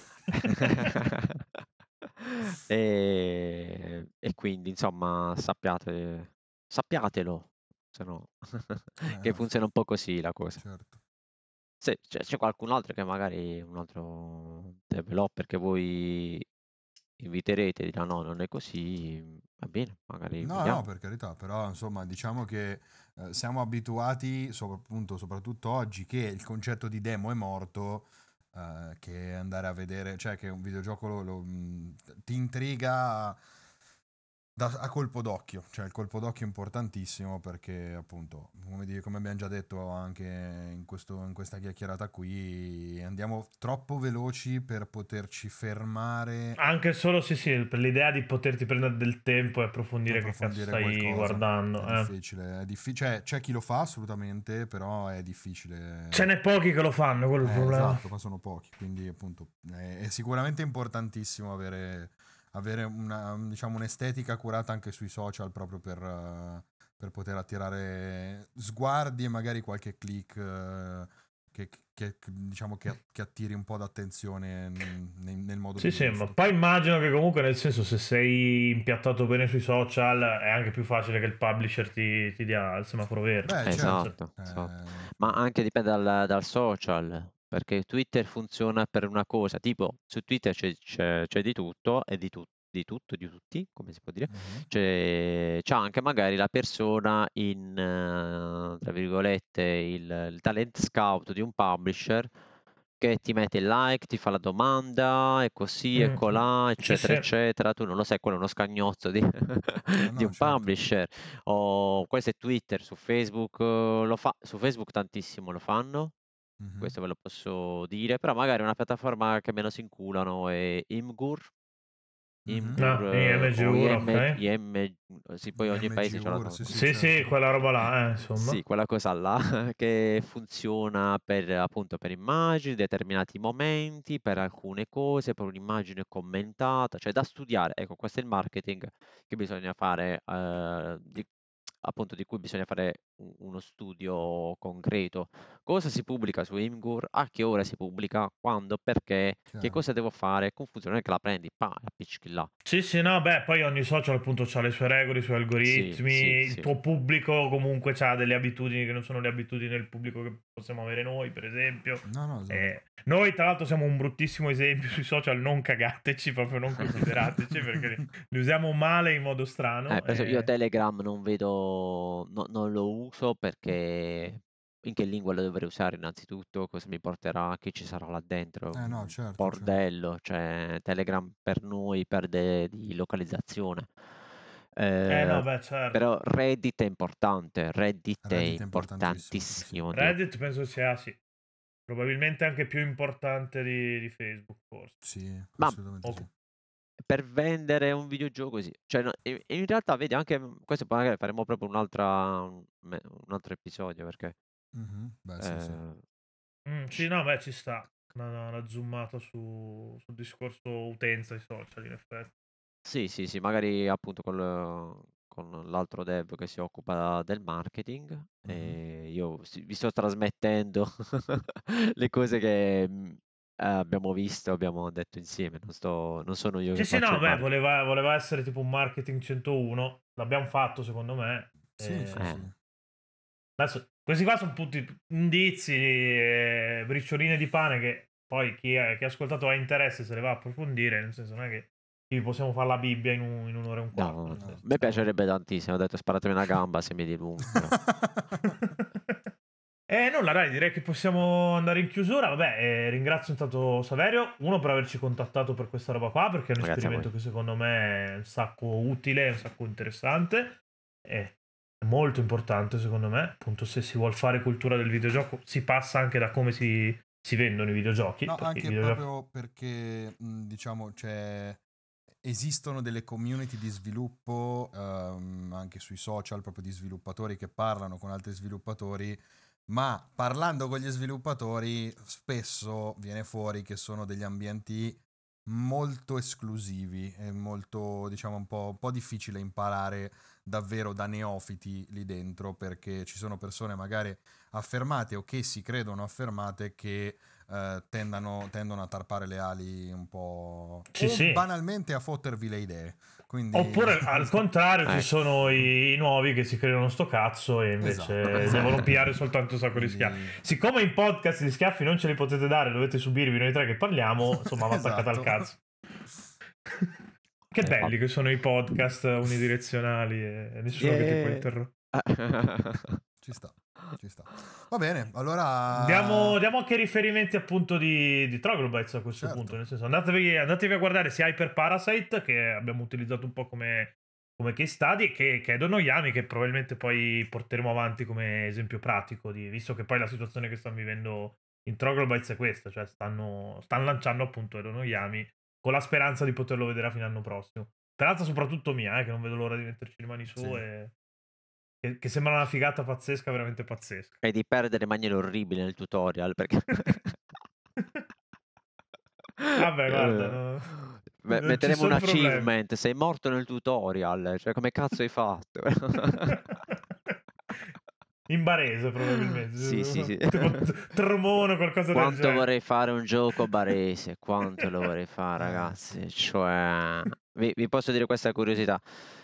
E quindi insomma sappiatelo, se no che No, funziona un po' così la cosa. certo. Se c'è qualcun altro che magari un altro developer che voi inviterete e dirà no, non è così, va bene, magari No, vediamo. per carità, però insomma diciamo che siamo abituati, soprattutto oggi, che il concetto di demo è morto, che andare a vedere, cioè che un videogioco ti intriga a colpo d'occhio, cioè il colpo d'occhio è importantissimo perché appunto, come abbiamo già detto anche in questa chiacchierata qui, andiamo troppo veloci per poterci fermare. Anche solo sì, per l'idea di poterti prendere del tempo e approfondire che cazzo Approfondire stai qualcosa guardando. è difficile, cioè c'è chi lo fa assolutamente, però è Ce difficile. n'è pochi che lo fanno, quello è il problema. Esatto, ma sono pochi, quindi appunto è sicuramente importantissimo avere diciamo, un'estetica curata anche sui social proprio per poter attirare sguardi e magari qualche click diciamo che attiri un po' d'attenzione nel modo Sì, più sì, ma giusto. poi immagino che comunque nel senso se sei impiattato bene sui social è anche più facile che il publisher ti dia il semaforo verde. Beh, certo. Esatto, esatto. Ma anche dipende dal social, perché Twitter funziona per una cosa, tipo su Twitter c'è di tutto e di tutto, di tutti, come si può dire. Mhm. C'è anche magari la persona tra virgolette, il talent scout di un publisher che ti mette il like, ti fa la domanda e così e colà, Sì, eccetera, sì. eccetera. Tu non lo sai, quello è uno scagnozzo di, di No, un certo. publisher. O questo è Twitter, su Facebook lo fa, su Facebook tantissimo lo fanno, Mhm. questo ve lo posso dire, però magari una piattaforma che meno si inculano è Imgur, Mhm. No, o IMGUR, ok. sì, poi ogni paese c'ha la IMGUR, sua. sì, Sì, sì, certo. quella roba là, insomma. Sì, quella cosa là che funziona per appunto per immagini, determinati momenti, per alcune cose, per un'immagine commentata, cioè da studiare. Ecco, questo è il marketing che bisogna fare, appunto di cui bisogna fare uno studio concreto. Cosa si pubblica su Imgur? A che ora si pubblica? Quando? Perché? Che Chiaro. cosa devo fare? Confusione, non è che la prendi, la appiccichi là. Sì, sì, no, beh, poi ogni social appunto ha le sue regole, i suoi Sì, algoritmi, sì, il sì. tuo pubblico comunque ha delle abitudini che non sono le abitudini del pubblico che possiamo avere noi, per esempio. No, esatto. Noi, tra l'altro, siamo un bruttissimo esempio sui social, non cagateci, proprio non considerateci, perché li usiamo male in modo strano. Per esempio io Telegram non vedo, non lo uso perché in che lingua lo dovrei usare innanzitutto, cosa mi porterà, che ci sarà là dentro, No, un certo, certo. bordello, cioè Telegram per noi perde di localizzazione. No, beh, certo. Però Reddit è Reddit è importantissimo, sì, sì. importantissimo, Dio. Reddit penso sia, sì, Probabilmente anche più importante di Facebook, forse. Sì, Ma assolutamente sì. per vendere un videogioco sì. Cioè, e in realtà vedi anche questo poi magari faremo proprio un altro episodio perché Beh, sì. Sì, no, beh, ci sta. Una zoomata sul discorso utenza di social, in effetti. sì, magari appunto con l'altro dev che si occupa del marketing e io vi sto trasmettendo le cose che abbiamo visto, abbiamo detto insieme, non sono io che Sì, faccio no, il beh, marketing. voleva essere tipo un marketing 101. L'abbiamo fatto, secondo me. Sì, sì, Eh, sì. Adesso, questi qua sono tutti indizi, bricioline di pane che poi chi ha ascoltato ha interesse se le va a approfondire, nel senso non è che qui possiamo fare la Bibbia in un'ora e un quarto. no, Nel no. A senso, me piacerebbe tantissimo, ho detto sparatemi una gamba se mi dilungo, però. Nulla, dai, direi che possiamo andare in chiusura. Vabbè, ringrazio intanto Saverio, uno per averci contattato per questa roba qua, perché è un Grazie a voi. esperimento che secondo me è un sacco utile, un sacco interessante. È molto importante, secondo me. Appunto, se si vuole fare cultura del videogioco, si passa anche da come si vendono i videogiochi. No, Perché i anche videogiochi... proprio perché, diciamo, esistono delle community di sviluppo, anche sui social, proprio di sviluppatori che parlano con altri sviluppatori, ma parlando con gli sviluppatori spesso viene fuori che sono degli ambienti molto esclusivi e molto, diciamo, un po' difficile imparare davvero da neofiti lì dentro, perché ci sono persone magari affermate o che si credono affermate che tendono a tarpare le ali un po', Sì, o sì. banalmente a fottervi le idee. Quindi Oppure al contrario ci Ecco. sono i nuovi che si credono sto cazzo e esatto, invece esatto. devono pigliare soltanto un sacco di schiaffi. Quindi Siccome in podcast gli schiaffi non ce li potete dare, dovete subirvi noi tre che parliamo, insomma va attaccata al esatto. cazzo. Che belli che sono i podcast unidirezionali e nessuno che ti può Yeah. interrompere. Ci sta, ci sta. Va bene, allora Diamo anche riferimenti appunto di Troglobites a questo punto, certo. nel senso andatevi a guardare sia Hyper Parasite che abbiamo utilizzato un po' come case study che è Edo Yami che probabilmente poi porteremo avanti come esempio pratico visto che poi la situazione che stanno vivendo in Troglobites è questa, cioè stanno lanciando appunto Edo Yami con la speranza di poterlo vedere a fine anno prossimo. Speranza soprattutto mia, che non vedo l'ora di metterci le mani su Sì. e che sembra una figata pazzesca, veramente pazzesca. E di perdere in maniera orribile nel tutorial perché Vabbè, guarda, no. Non ci metteremo un sono problemi. achievement, sei morto nel tutorial, cioè come cazzo hai fatto? In barese, probabilmente. Sì. Tipo Tromono, qualcosa del Quanto genere. vorrei fare un gioco barese, quanto lo vorrei fare, Sì. ragazzi. Cioè, vi posso dire questa curiosità.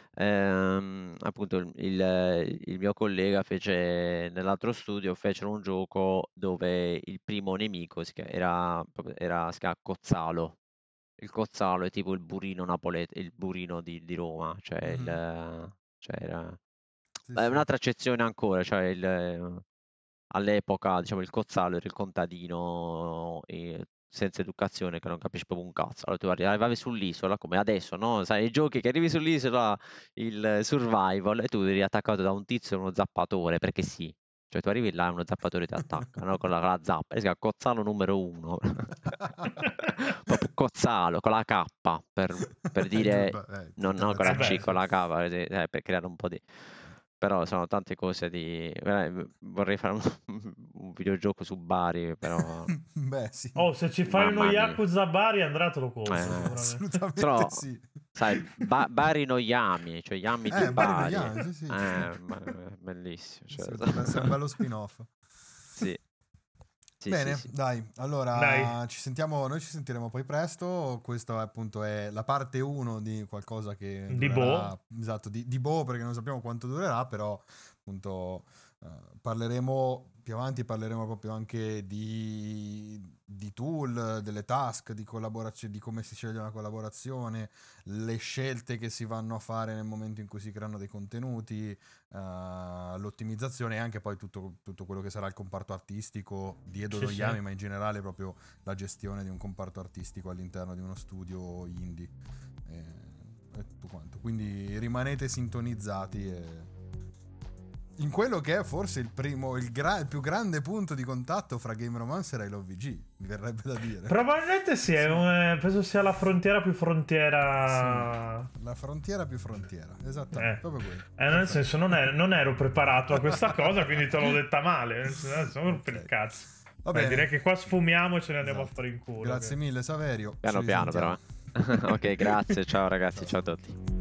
Appunto, il mio collega fece nell'altro studio fecero un gioco dove il primo nemico si chiama Cozzalo. Il Cozzalo è tipo il burino il burino di Roma, cioè, Mhm. cioè Sì, è sì. un'altra accezione ancora, cioè all'epoca, diciamo, il Cozzalo era il contadino senza educazione che non capisce proprio un cazzo. Allora tu arrivavi sull'isola, come adesso, no? Sai, i giochi che arrivi sull'isola, il survival, e tu eri attaccato da un tizio e uno zappatore, perché sì. Cioè tu arrivi là e uno zappatore ti attacca, no? Con la zappa, e si chiama Cozzalo numero 1. Proprio Cozzalo, con la K, per dire, non Tutta con la C, Vabbè, con l'accensione. sì. la K, per creare un po' di... Però sono tante cose vorrei fare un videogioco su Bari, però... Beh, sì. Oh, se ci fai uno Mamma mia. Yakuza a Bari, Andrea te lo compro, sicuramente. Assolutamente Però, sì. sai, Bari no Yami, cioè Yami di Bari no Bari. Yami, sì, sì, ci sta. Bellissimo. Cioè, Sì, potrebbe essere un bello spin-off. sì, sì, Bene, sì. dai, Dai, allora noi ci sentiremo poi presto. Questa appunto è la parte 1 di qualcosa che di durerà, boh. esatto, di Boh, perché non sappiamo quanto durerà, però appunto parleremo più avanti, parleremo proprio anche di tool, delle task, di collaborazione, di come si sceglie una collaborazione, le scelte che si vanno a fare nel momento in cui si creano dei contenuti, l'ottimizzazione e anche poi tutto quello che sarà il comparto artistico di Edo Sì, sì. Yami, ma in generale proprio la gestione di un comparto artistico all'interno di uno studio indie e tutto quanto. Quindi rimanete sintonizzati in quello che è forse il più grande punto di contatto fra Game Romancer e l'OVG, mi verrebbe da dire. Probabilmente sì, penso sia la frontiera più frontiera. Sì, la frontiera più frontiera, esattamente, proprio quello. Nel senso, non ero preparato a questa cosa, quindi te l'ho detta male. Sono per il cazzo. Vabbè, direi che qua sfumiamo e ce ne andiamo a fare in culo. Grazie mille, Saverio. Piano piano, però. Ok, grazie, ciao ragazzi, ciao a tutti.